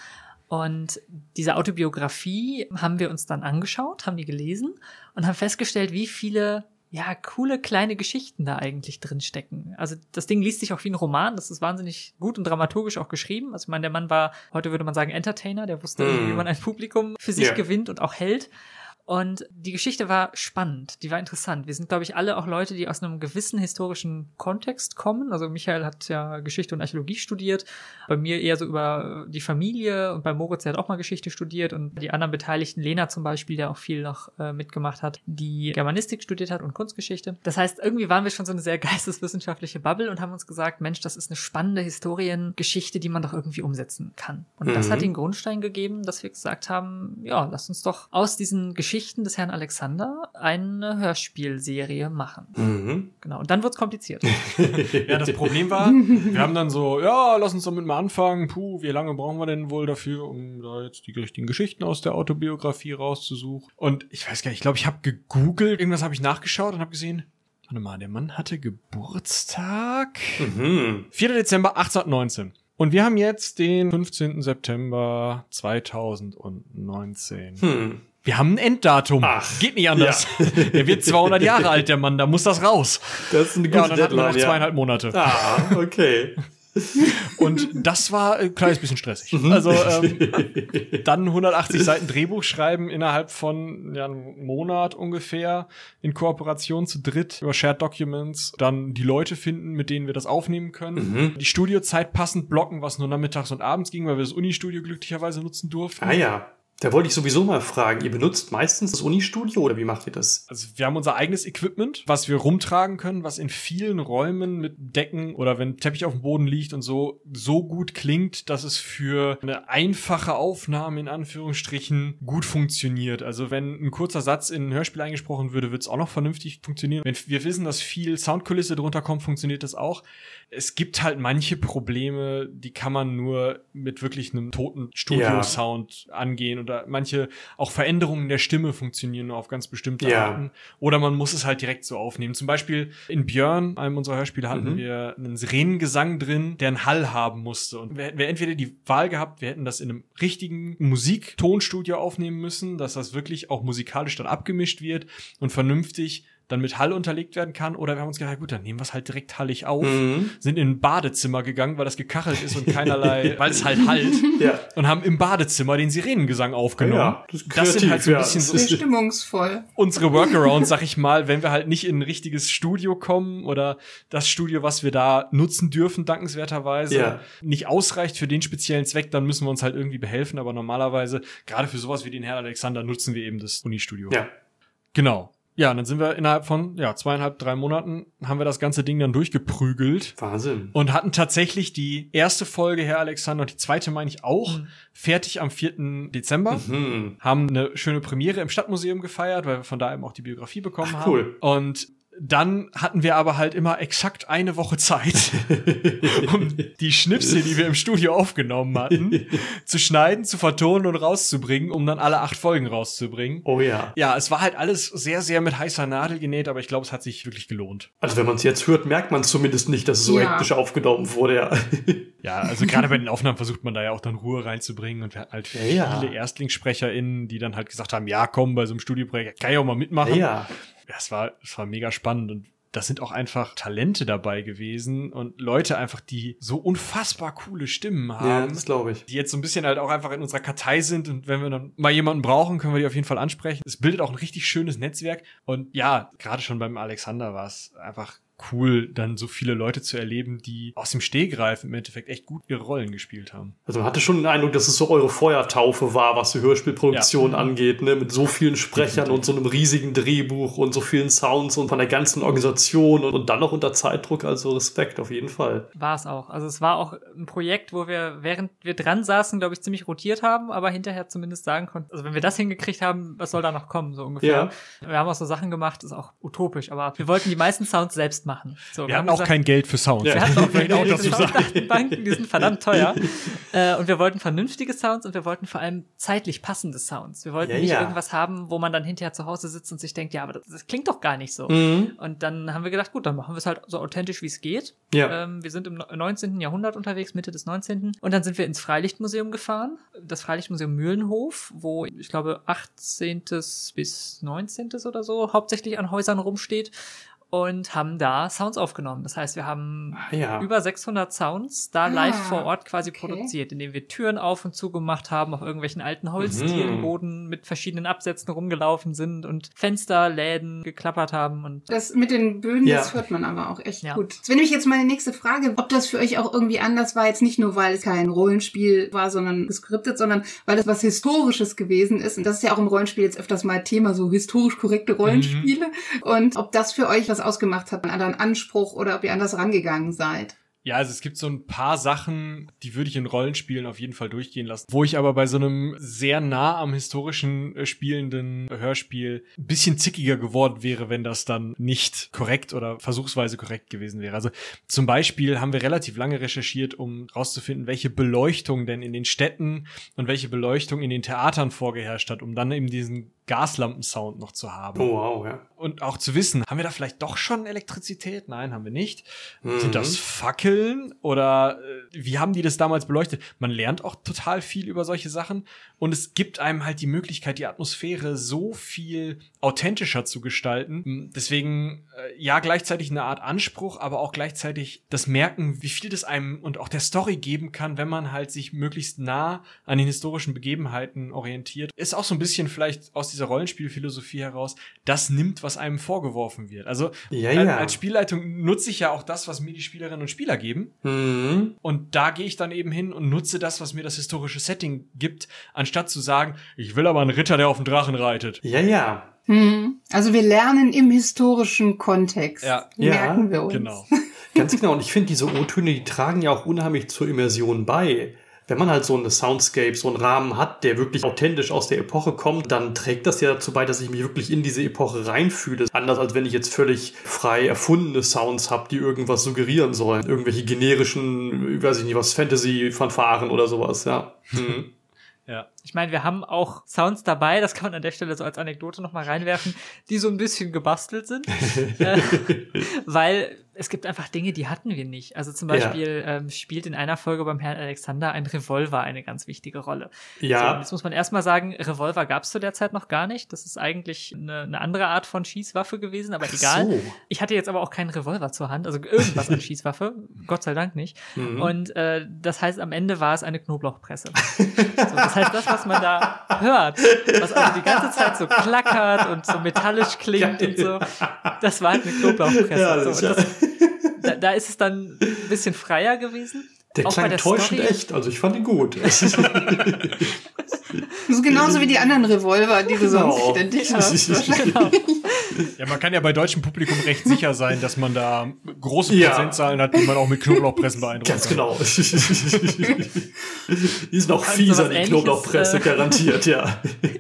Und diese Autobiografie haben wir uns dann angeschaut, haben die gelesen und haben festgestellt, wie viele, ja, coole kleine Geschichten da eigentlich drin stecken. Also das Ding liest sich auch wie ein Roman, das ist wahnsinnig gut und dramaturgisch auch geschrieben. Also ich meine, der Mann war, heute würde man sagen Entertainer, der wusste, mm. wie man ein Publikum für sich yeah. gewinnt und auch hält. Und die Geschichte war spannend, die war interessant. Wir sind, glaube ich, alle auch Leute, die aus einem gewissen historischen Kontext kommen. Also Michael hat ja Geschichte und Archäologie studiert, bei mir eher so über die Familie und bei Moritz, der hat auch mal Geschichte studiert und die anderen Beteiligten, Lena zum Beispiel, der auch viel noch äh, mitgemacht hat, die Germanistik studiert hat und Kunstgeschichte. Das heißt, irgendwie waren wir schon so eine sehr geisteswissenschaftliche Bubble und haben uns gesagt, Mensch, das ist eine spannende Historiengeschichte, die man doch irgendwie umsetzen kann. Und mhm. das hat den Grundstein gegeben, dass wir gesagt haben, ja, lass uns doch aus diesen Geschichten des Herrn Alexander eine Hörspielserie machen. Mhm. Genau. Und dann wird's kompliziert. Ja, das Problem war, wir haben dann so, ja, lass uns damit mal anfangen. Puh, wie lange brauchen wir denn wohl dafür, um da jetzt die richtigen Geschichten aus der Autobiografie rauszusuchen? Und ich weiß gar nicht, ich glaube, ich habe gegoogelt, irgendwas habe ich nachgeschaut und habe gesehen, warte mal, der Mann hatte Geburtstag. Mhm. vierter Dezember achtzehnhundertneunzehn. Und wir haben jetzt den fünfzehnten September zweitausendneunzehn. Hm. Wir haben ein Enddatum. Ach, geht nicht anders. Ja. Der wird zweihundert Jahre alt, der Mann. Da muss das raus. Das ist eine gute ja, und dann Deadline, hatten wir noch zweieinhalb ja. Monate. Ah, okay. Und das war ein kleines bisschen stressig. Also ähm, dann hundertachtzig Seiten Drehbuch schreiben innerhalb von ja, einem Monat ungefähr in Kooperation zu dritt über Shared Documents. Dann die Leute finden, mit denen wir das aufnehmen können. Mhm. Die Studiozeit passend blocken, was nur nachmittags und abends ging, weil wir das Unistudio glücklicherweise nutzen durften. Ah ja. Da wollte ich sowieso mal fragen, ihr benutzt meistens das Unistudio oder wie macht ihr das? Also wir haben unser eigenes Equipment, was wir rumtragen können, was in vielen Räumen mit Decken oder wenn Teppich auf dem Boden liegt und so, so gut klingt, dass es für eine einfache Aufnahme in Anführungsstrichen gut funktioniert. Also wenn ein kurzer Satz in ein Hörspiel eingesprochen würde, wird es auch noch vernünftig funktionieren. Wenn wir wissen, dass viel Soundkulisse drunter kommt, funktioniert das auch. Es gibt halt manche Probleme, die kann man nur mit wirklich einem toten Studio-Sound ja. angehen und oder manche auch Veränderungen der Stimme funktionieren nur auf ganz bestimmte ja. Arten. Oder man muss es halt direkt so aufnehmen. Zum Beispiel in Björn, einem unserer Hörspiele, hatten mhm. wir einen Sirenengesang drin, der einen Hall haben musste. Und wir hätten wir entweder die Wahl gehabt, wir hätten das in einem richtigen Musiktonstudio aufnehmen müssen, dass das wirklich auch musikalisch dann abgemischt wird und vernünftig dann mit Hall unterlegt werden kann. Oder wir haben uns gedacht, gut, dann nehmen wir es halt direkt hallig auf. Mhm. Sind in ein Badezimmer gegangen, weil das gekachelt ist und keinerlei, weil es halt halt. Ja. Und haben im Badezimmer den Sirenengesang aufgenommen. Ja, das ist das sind halt so ein kreativ, bisschen ja. so Sehr stimmungsvoll. unsere Workarounds, sag ich mal, wenn wir halt nicht in ein richtiges Studio kommen oder das Studio, was wir da nutzen dürfen, dankenswerterweise, Ja. nicht ausreicht für den speziellen Zweck, dann müssen wir uns halt irgendwie behelfen. Aber normalerweise, gerade für sowas wie den Herrn Alexander, nutzen wir eben das Uni-Studio. Ja. Genau. Ja, und dann sind wir innerhalb von ja zweieinhalb, drei Monaten haben wir das ganze Ding dann durchgeprügelt. Wahnsinn. Und hatten tatsächlich die erste Folge, Herr Alexander, und die zweite meine ich auch, Mhm. fertig am vierten Dezember. Mhm. Haben eine schöne Premiere im Stadtmuseum gefeiert, weil wir von da eben auch die Biografie bekommen Ach, haben. cool. Und dann hatten wir aber halt immer exakt eine Woche Zeit, um die Schnipsel, die wir im Studio aufgenommen hatten, zu schneiden, zu vertonen und rauszubringen, um dann alle acht Folgen rauszubringen. Oh ja. Ja, es war halt alles sehr, sehr mit heißer Nadel genäht, aber ich glaube, es hat sich wirklich gelohnt. Also wenn man es jetzt hört, merkt man zumindest nicht, dass es so Ja. hektisch aufgenommen wurde. Ja. Ja, also gerade bei den Aufnahmen versucht man da ja auch dann Ruhe reinzubringen und wir hatten halt Ja, viele ja. ErstlingsprecherInnen, die dann halt gesagt haben, ja komm, bei so einem Studioprojekt kann ich auch mal mitmachen. Ja. Ja, es war, es war mega spannend und das sind auch einfach Talente dabei gewesen und Leute einfach, die so unfassbar coole Stimmen Ja, haben, das glaube ich. die jetzt so ein bisschen halt auch einfach in unserer Kartei sind und wenn wir dann mal jemanden brauchen, können wir die auf jeden Fall ansprechen. Es bildet auch ein richtig schönes Netzwerk und ja, gerade schon beim Alexander war es einfach cool, dann so viele Leute zu erleben, die aus dem Stegreif im Endeffekt echt gut ihre Rollen gespielt haben. Also man hatte schon den Eindruck, dass es so eure Feuertaufe war, was die Hörspielproduktion Ja. angeht, ne? Mit so vielen Sprechern Definitiv. und so einem riesigen Drehbuch und so vielen Sounds und von der ganzen Organisation und, und dann noch unter Zeitdruck, also Respekt auf jeden Fall. War es auch. Also es war auch ein Projekt, wo wir, während wir dran saßen, glaube ich, ziemlich rotiert haben, aber hinterher zumindest sagen konnten, also wenn wir das hingekriegt haben, was soll da noch kommen, so ungefähr. Wir haben auch so Sachen gemacht, ist auch utopisch, aber wir wollten die meisten Sounds selbst machen. So, Wir hatten auch gesagt, kein Geld für Sounds. Ja. Wir hatten auch Vielleicht keine auch Geld dazu für sagen. Sounddatenbanken, die sind verdammt teuer. äh, und wir wollten vernünftige Sounds und wir wollten vor allem zeitlich passende Sounds. Wir wollten Ja, nicht ja. irgendwas haben, wo man dann hinterher zu Hause sitzt und sich denkt, ja, aber das, das klingt doch gar nicht so. Mhm. Und dann haben wir gedacht, gut, dann machen wir es halt so authentisch, wie es geht. Ja. Ähm, wir sind im neunzehnten. Jahrhundert unterwegs, Mitte des neunzehnten. Und dann sind wir ins Freilichtmuseum gefahren. Das Freilichtmuseum Mühlenhof, wo ich glaube achtzehnten. bis neunzehnten. oder so hauptsächlich an Häusern rumsteht. Und haben da Sounds aufgenommen. Das heißt, wir haben Ah, ja. über sechshundert Sounds da Ah, live vor Ort quasi okay. produziert, indem wir Türen auf und zu gemacht haben, auf irgendwelchen alten Holzdielenboden mit verschiedenen Absätzen rumgelaufen sind und Fenster, Läden geklappert haben und Das mit den Böden, Ja. das hört man aber auch echt Ja. gut. Das wäre nämlich jetzt meine nächste Frage, ob das für euch auch irgendwie anders war, jetzt nicht nur, weil es kein Rollenspiel war, sondern geskriptet, sondern weil es was Historisches gewesen ist. Und das ist ja auch im Rollenspiel jetzt öfters mal Thema, so historisch korrekte Rollenspiele. Und ob das für euch was ausgemacht hat, einen anderen Anspruch oder ob ihr anders rangegangen seid. Ja, also es gibt so ein paar Sachen, die würde ich in Rollenspielen auf jeden Fall durchgehen lassen. Wo ich aber bei so einem sehr nah am historischen äh, spielenden Hörspiel ein bisschen zickiger geworden wäre, wenn das dann nicht korrekt oder versuchsweise korrekt gewesen wäre. Also zum Beispiel haben wir relativ lange recherchiert, um rauszufinden, welche Beleuchtung denn in den Städten und welche Beleuchtung in den Theatern vorgeherrscht hat, um dann eben diesen Gaslampensound noch zu haben. Oh, wow, ja. Und auch zu wissen, haben wir da vielleicht doch schon Elektrizität? Nein, haben wir nicht. Mhm. Sind das Fackeln oder äh, wie haben die das damals beleuchtet? Man lernt auch total viel über solche Sachen und es gibt einem halt die Möglichkeit, die Atmosphäre so viel authentischer zu gestalten. Deswegen äh, ja gleichzeitig eine Art Anspruch, aber auch gleichzeitig das Merken, wie viel das einem und auch der Story geben kann, wenn man halt sich möglichst nah an den historischen Begebenheiten orientiert. Ist auch so ein bisschen vielleicht aus dieser Rollenspielphilosophie heraus, das nimmt, was einem vorgeworfen wird. Also Ja, als- ja. als Spielleitung nutze ich ja auch das, was mir die Spielerinnen und Spieler geben. Mhm. Und da gehe ich dann eben hin und nutze das, was mir das historische Setting gibt, anstatt zu sagen, ich will aber einen Ritter, der auf dem Drachen reitet. Ja, ja. Hm. Also wir lernen im historischen Kontext. Ja. Merken Ja, wir uns. Genau. Ganz genau. Und ich finde, diese O-Töne, die tragen ja auch unheimlich zur Immersion bei. Wenn man halt so eine Soundscape, so einen Rahmen hat, der wirklich authentisch aus der Epoche kommt, dann trägt das ja dazu bei, dass ich mich wirklich in diese Epoche reinfühle. Anders als wenn ich jetzt völlig frei erfundene Sounds habe, die irgendwas suggerieren sollen. Irgendwelche generischen, weiß ich nicht, was, Fantasy-Fanfaren oder sowas, ja. Mhm. Ja. ich meine, wir haben auch Sounds dabei, das kann man an der Stelle so als Anekdote nochmal reinwerfen, die so ein bisschen gebastelt sind, äh, weil es gibt einfach Dinge, die hatten wir nicht. Also zum Beispiel ja. ähm, spielt in einer Folge beim Herrn Alexander ein Revolver eine ganz wichtige Rolle. Ja. So, jetzt muss man erstmal sagen, Revolver gab es zu der Zeit noch gar nicht. Das ist eigentlich eine, eine andere Art von Schießwaffe gewesen, aber Ach egal. so. Ich hatte jetzt aber auch keinen Revolver zur Hand, also irgendwas an Schießwaffe, Gott sei Dank nicht. Mhm. Und äh, das heißt, am Ende war es eine Knoblauchpresse. So, das heißt, das, was man da hört, was also die ganze Zeit so klackert und so metallisch klingt Geil. Und so, das war halt eine Knoblauchpresse. Ja, das so, das, da, da ist es dann ein bisschen freier gewesen. Der auch klang täuschend echt, also ich fand ihn gut. Das ist genauso wie die anderen Revolver, die du genau. sonst ständig hast. Genau. Ja, man kann ja bei deutschem Publikum recht sicher sein, dass man da große ja. Prozentzahlen hat, die man auch mit Knoblauchpressen beeindruckt. Ganz genau. Die ist noch fieser, die Knoblauchpresse, äh, garantiert, ja.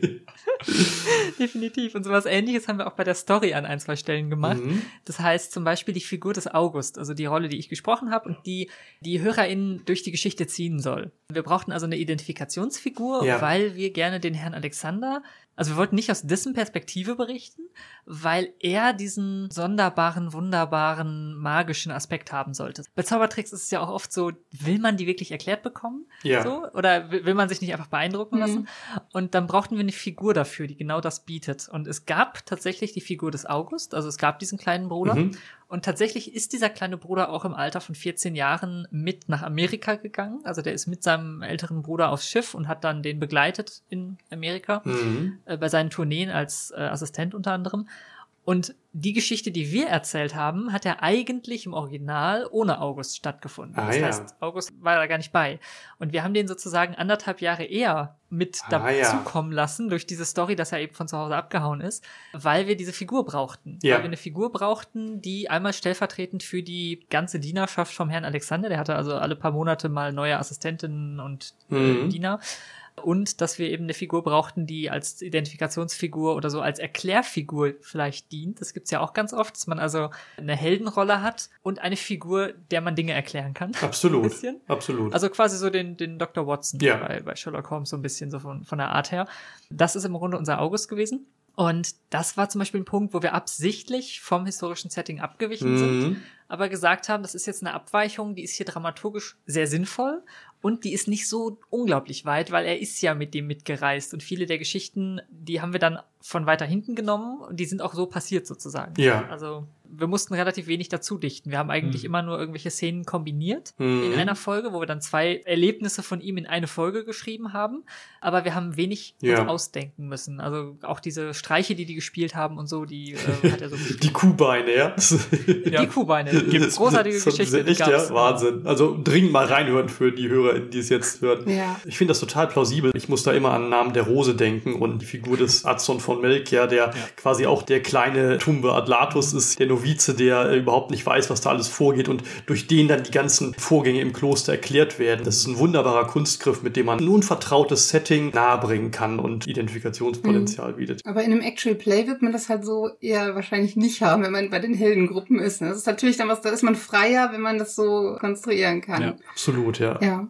Definitiv. Und sowas Ähnliches haben wir auch bei der Story an ein, zwei Stellen gemacht. Mhm. Das heißt zum Beispiel die Figur des August, also die Rolle, die ich gesprochen habe und die die HörerInnen durch die Geschichte ziehen soll. Wir brauchten also eine Identifikationsfigur, ja. weil wir gerne den Herrn Alexander, also wir wollten nicht aus dessen Perspektive berichten, weil er diesen sonderbaren, wunderbaren, magischen Aspekt haben sollte. Bei Zaubertricks ist es ja auch oft so, will man die wirklich erklärt bekommen? Ja. So? Oder will man sich nicht einfach beeindrucken mhm. lassen? Und dann brauchten wir eine Figur dafür, die genau das bietet. Und es gab tatsächlich die Figur des August, also es gab diesen kleinen Bruder. Mhm. Und tatsächlich ist dieser kleine Bruder auch im Alter von vierzehn Jahren mit nach Amerika gegangen. Also der ist mit seinem älteren Bruder aufs Schiff und hat dann den begleitet in Amerika, mhm. äh, bei seinen Tourneen als äh, Assistent unter anderem. Und die Geschichte, die wir erzählt haben, hat ja eigentlich im Original ohne August stattgefunden. Ah, das ja. heißt, August war da gar nicht bei. Und wir haben den sozusagen anderthalb Jahre eher mit ah, dazukommen ja. lassen durch diese Story, dass er eben von zu Hause abgehauen ist, weil wir diese Figur brauchten. Ja. Weil wir eine Figur brauchten, die einmal stellvertretend für die ganze Dienerschaft vom Herrn Alexander, der hatte also alle paar Monate mal neue Assistentinnen und mhm. äh, Diener, und dass wir eben eine Figur brauchten, die als Identifikationsfigur oder so als Erklärfigur vielleicht dient. Das gibt's ja auch ganz oft, dass man also eine Heldenrolle hat und eine Figur, der man Dinge erklären kann. Absolut, ein bisschen. absolut. Also quasi so den, den Doktor Watson ja. bei, bei Sherlock Holmes so ein bisschen so von, von der Art her. Das ist im Grunde unser August gewesen. Und das war zum Beispiel ein Punkt, wo wir absichtlich vom historischen Setting abgewichen mhm. sind, aber gesagt haben, das ist jetzt eine Abweichung, die ist hier dramaturgisch sehr sinnvoll und die ist nicht so unglaublich weit, weil er ist ja mit dem mitgereist und viele der Geschichten, die haben wir dann von weiter hinten genommen und die sind auch so passiert sozusagen. Ja. Also wir mussten relativ wenig dazu dichten. Wir haben eigentlich mhm. immer nur irgendwelche Szenen kombiniert mhm. in einer Folge, wo wir dann zwei Erlebnisse von ihm in eine Folge geschrieben haben, aber wir haben wenig ja. uns ausdenken müssen. Also auch diese Streiche, die die gespielt haben und so, die äh, hat er so gespielt. Die Kuhbeine, ja? Die Kuhbeine. Gibt's großartige das Geschichte. Echt, ja? Wahnsinn. Also dringend mal reinhören für die HörerInnen, die es jetzt hören. Ja. Ich finde das total plausibel. Ich muss da immer an den Namen der Rose denken und die Figur des Adson von Melchior, der ja. quasi auch der kleine Tumbe Adlatus ist, der Novize, der äh, überhaupt nicht weiß, was da alles vorgeht und durch den dann die ganzen Vorgänge im Kloster erklärt werden. Das ist ein wunderbarer Kunstgriff, mit dem man ein unvertrautes Setting nahebringen kann und Identifikationspotenzial mhm. bietet. Aber in einem Actual Play wird man das halt so eher wahrscheinlich nicht haben, wenn man bei den Heldengruppen ist. Das ist natürlich dann was, da ist man freier, wenn man das so konstruieren kann. Ja, absolut, ja. Ja.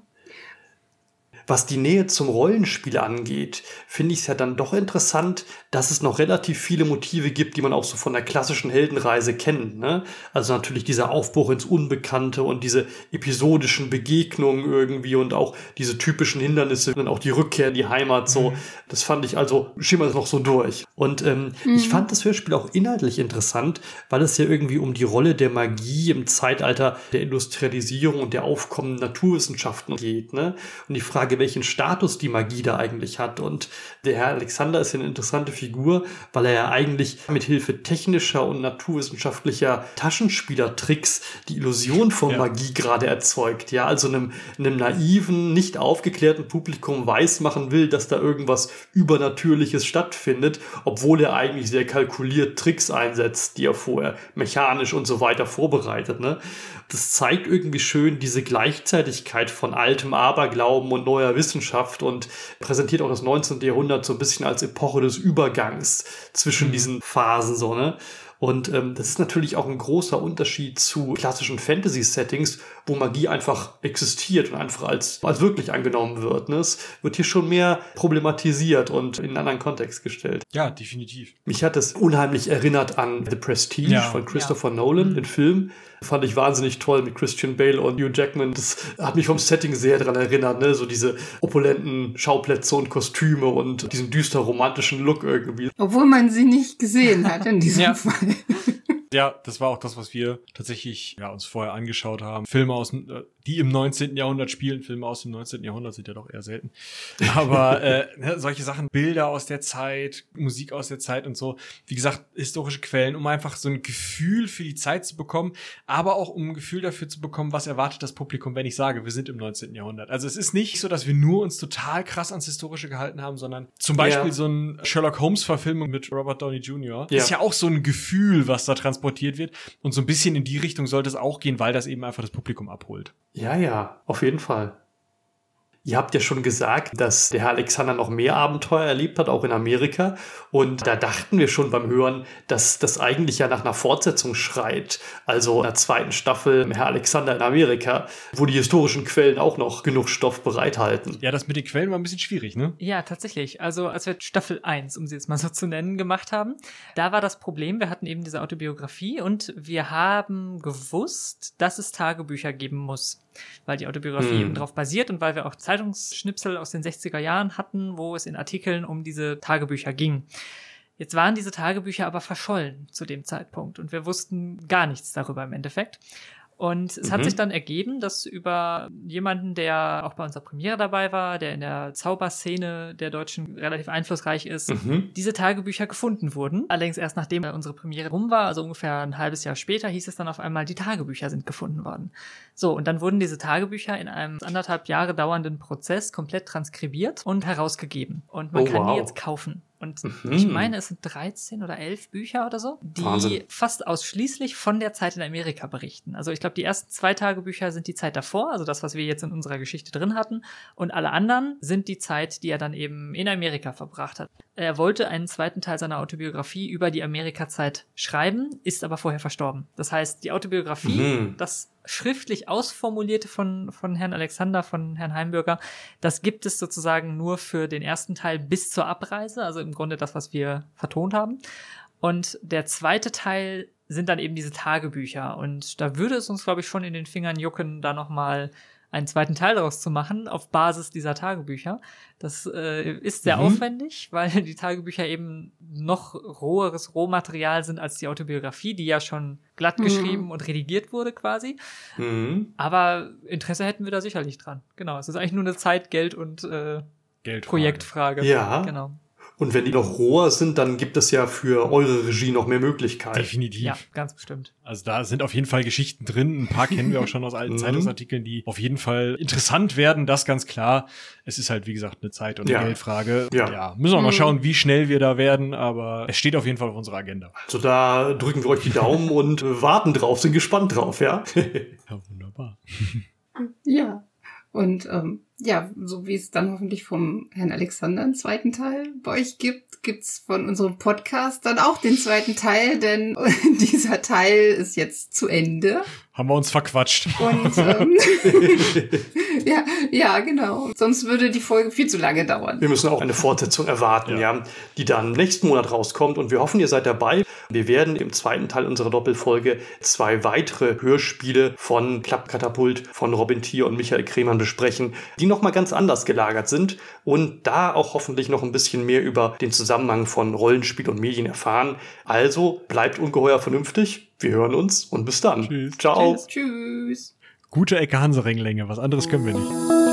Was die Nähe zum Rollenspiel angeht, finde ich es ja dann doch interessant, dass es noch relativ viele Motive gibt, die man auch so von der klassischen Heldenreise kennt, ne? Also natürlich dieser Aufbruch ins Unbekannte und diese episodischen Begegnungen irgendwie und auch diese typischen Hindernisse und auch die Rückkehr in die Heimat so. Mhm. Das fand ich also, schimmert noch so durch. Und ähm, mhm. ich fand das Hörspiel auch inhaltlich interessant, weil es ja irgendwie um die Rolle der Magie im Zeitalter der Industrialisierung und der aufkommenden Naturwissenschaften geht, ne? Und die Frage, welchen Status die Magie da eigentlich hat. Und der Herr Alexander ist ja eine interessante Figur, weil er ja eigentlich mit Hilfe technischer und naturwissenschaftlicher Taschenspielertricks die Illusion von ja. Magie gerade erzeugt. Ja, also einem, einem naiven, nicht aufgeklärten Publikum weismachen will, dass da irgendwas Übernatürliches stattfindet, obwohl er eigentlich sehr kalkuliert Tricks einsetzt, die er vorher mechanisch und so weiter vorbereitet, ne? Das zeigt irgendwie schön diese Gleichzeitigkeit von altem Aberglauben und neuer Wissenschaft und präsentiert auch das neunzehnte. Jahrhundert so ein bisschen als Epoche des Übergangs zwischen mhm. diesen Phasen, so, ne? Und ähm, das ist natürlich auch ein großer Unterschied zu klassischen Fantasy-Settings, wo Magie einfach existiert und einfach als, als wirklich angenommen wird. Ne? Es wird hier schon mehr problematisiert und in einen anderen Kontext gestellt. Ja, definitiv. Mich hat es unheimlich erinnert an The Prestige Ja. von Christopher Ja. Nolan, den Film. Fand ich wahnsinnig toll mit Christian Bale und Hugh Jackman. Das hat mich vom Setting sehr daran erinnert, ne? So diese opulenten Schauplätze und Kostüme und diesen düster romantischen Look irgendwie. Obwohl man sie nicht gesehen hat in diesem Ja. Fall. Ja, das war auch das, was wir tatsächlich ja, uns vorher angeschaut haben. Filme aus dem, äh, die im neunzehnten Jahrhundert spielen. Filme aus dem neunzehnten Jahrhundert sind ja doch eher selten. Aber äh, ne, solche Sachen, Bilder aus der Zeit, Musik aus der Zeit und so. Wie gesagt, historische Quellen, um einfach so ein Gefühl für die Zeit zu bekommen, aber auch um ein Gefühl dafür zu bekommen, was erwartet das Publikum, wenn ich sage, wir sind im neunzehnten Jahrhundert. Also es ist nicht so, dass wir nur uns total krass ans Historische gehalten haben, sondern zum Beispiel Ja. so ein Sherlock Holmes-Verfilmung mit Robert Downey Junior Ja. ist ja auch so ein Gefühl, was da transportiert wird. Und so ein bisschen in die Richtung sollte es auch gehen, weil das eben einfach das Publikum abholt. Ja, ja, auf jeden Fall. Ihr habt ja schon gesagt, dass der Herr Alexander noch mehr Abenteuer erlebt hat, auch in Amerika. Und da dachten wir schon beim Hören, dass das eigentlich ja nach einer Fortsetzung schreit. Also einer zweiten Staffel Herr Alexander in Amerika, wo die historischen Quellen auch noch genug Stoff bereithalten. Ja, das mit den Quellen war ein bisschen schwierig, ne? Ja, tatsächlich. Also als wir Staffel eins, um sie jetzt mal so zu nennen, gemacht haben, da war das Problem, wir hatten eben diese Autobiografie und wir haben gewusst, dass es Tagebücher geben muss, weil die Autobiografie Hm. eben darauf basiert und weil wir auch Zeitungsschnipsel aus den sechziger Jahren hatten, wo es in Artikeln um diese Tagebücher ging. Jetzt waren diese Tagebücher aber verschollen zu dem Zeitpunkt und wir wussten gar nichts darüber im Endeffekt. Und es hat Mhm. sich dann ergeben, dass über jemanden, der auch bei unserer Premiere dabei war, der in der Zauberszene der Deutschen relativ einflussreich ist, Mhm. diese Tagebücher gefunden wurden. Allerdings erst nachdem unsere Premiere rum war, also ungefähr ein halbes Jahr später, hieß es dann auf einmal, die Tagebücher sind gefunden worden. So, und dann wurden diese Tagebücher in einem anderthalb Jahre dauernden Prozess komplett transkribiert und herausgegeben. Und man Oh, kann wow. die jetzt kaufen. Und Mhm. ich meine, es sind dreizehn oder elf Bücher oder so, die Wahnsinn. fast ausschließlich von der Zeit in Amerika berichten. Also ich glaube, die ersten zwei Tagebücher sind die Zeit davor, also das, was wir jetzt in unserer Geschichte drin hatten. Und alle anderen sind die Zeit, die er dann eben in Amerika verbracht hat. Er wollte einen zweiten Teil seiner Autobiografie über die Amerika-Zeit schreiben, ist aber vorher verstorben. Das heißt, die Autobiografie, Mhm. das schriftlich ausformulierte von, von Herrn Alexander, von Herrn Heimbürger, das gibt es sozusagen nur für den ersten Teil bis zur Abreise, also im Grunde das, was wir vertont haben. Und der zweite Teil sind dann eben diese Tagebücher. Und da würde es uns, glaube ich, schon in den Fingern jucken, da nochmal einen zweiten Teil daraus zu machen, auf Basis dieser Tagebücher. Das äh, ist sehr Mhm. aufwendig, weil die Tagebücher eben noch roheres Rohmaterial sind als die Autobiografie, die ja schon glatt Mhm. geschrieben und redigiert wurde quasi. Mhm. Aber Interesse hätten wir da sicherlich dran. Genau, es ist eigentlich nur eine Zeit-, Geld- und äh, Geldfrage. Projektfrage. Ja. Genau. Und wenn die noch roher sind, dann gibt es ja für eure Regie noch mehr Möglichkeiten. Definitiv. Ja, ganz bestimmt. Also da sind auf jeden Fall Geschichten drin. Ein paar kennen wir auch schon aus alten Mhm. Zeitungsartikeln, die auf jeden Fall interessant werden. Das ganz klar. Es ist halt, wie gesagt, eine Zeit- und eine Ja. Geldfrage. Ja. ja. Müssen wir mal Mhm. schauen, wie schnell wir da werden. Aber es steht auf jeden Fall auf unserer Agenda. Also da drücken wir euch die Daumen und äh, warten drauf, sind gespannt drauf, ja? Ja, wunderbar. Ja. Und ähm, ja, so wie es dann hoffentlich vom Herrn Alexander einen zweiten Teil bei euch gibt, gibt's von unserem Podcast dann auch den zweiten Teil, denn dieser Teil ist jetzt zu Ende. Haben wir uns verquatscht. Und ähm, ja, ja, genau. Sonst würde die Folge viel zu lange dauern. Wir müssen auch eine Fortsetzung erwarten, ja. Ja. die dann nächsten Monat rauskommt. Und wir hoffen, ihr seid dabei. Wir werden im zweiten Teil unserer Doppelfolge zwei weitere Hörspiele von Klappkatapult, von Robin Thier und Michael Kremann besprechen, die nochmal ganz anders gelagert sind und da auch hoffentlich noch ein bisschen mehr über den Zusammenhang von Rollenspiel und Medien erfahren. Also bleibt ungeheuer vernünftig. Wir hören uns und bis dann. Tschüss. Ciao. Tschüss. Tschüss. Gute Ecke Hanserenglänge. Was anderes können wir nicht.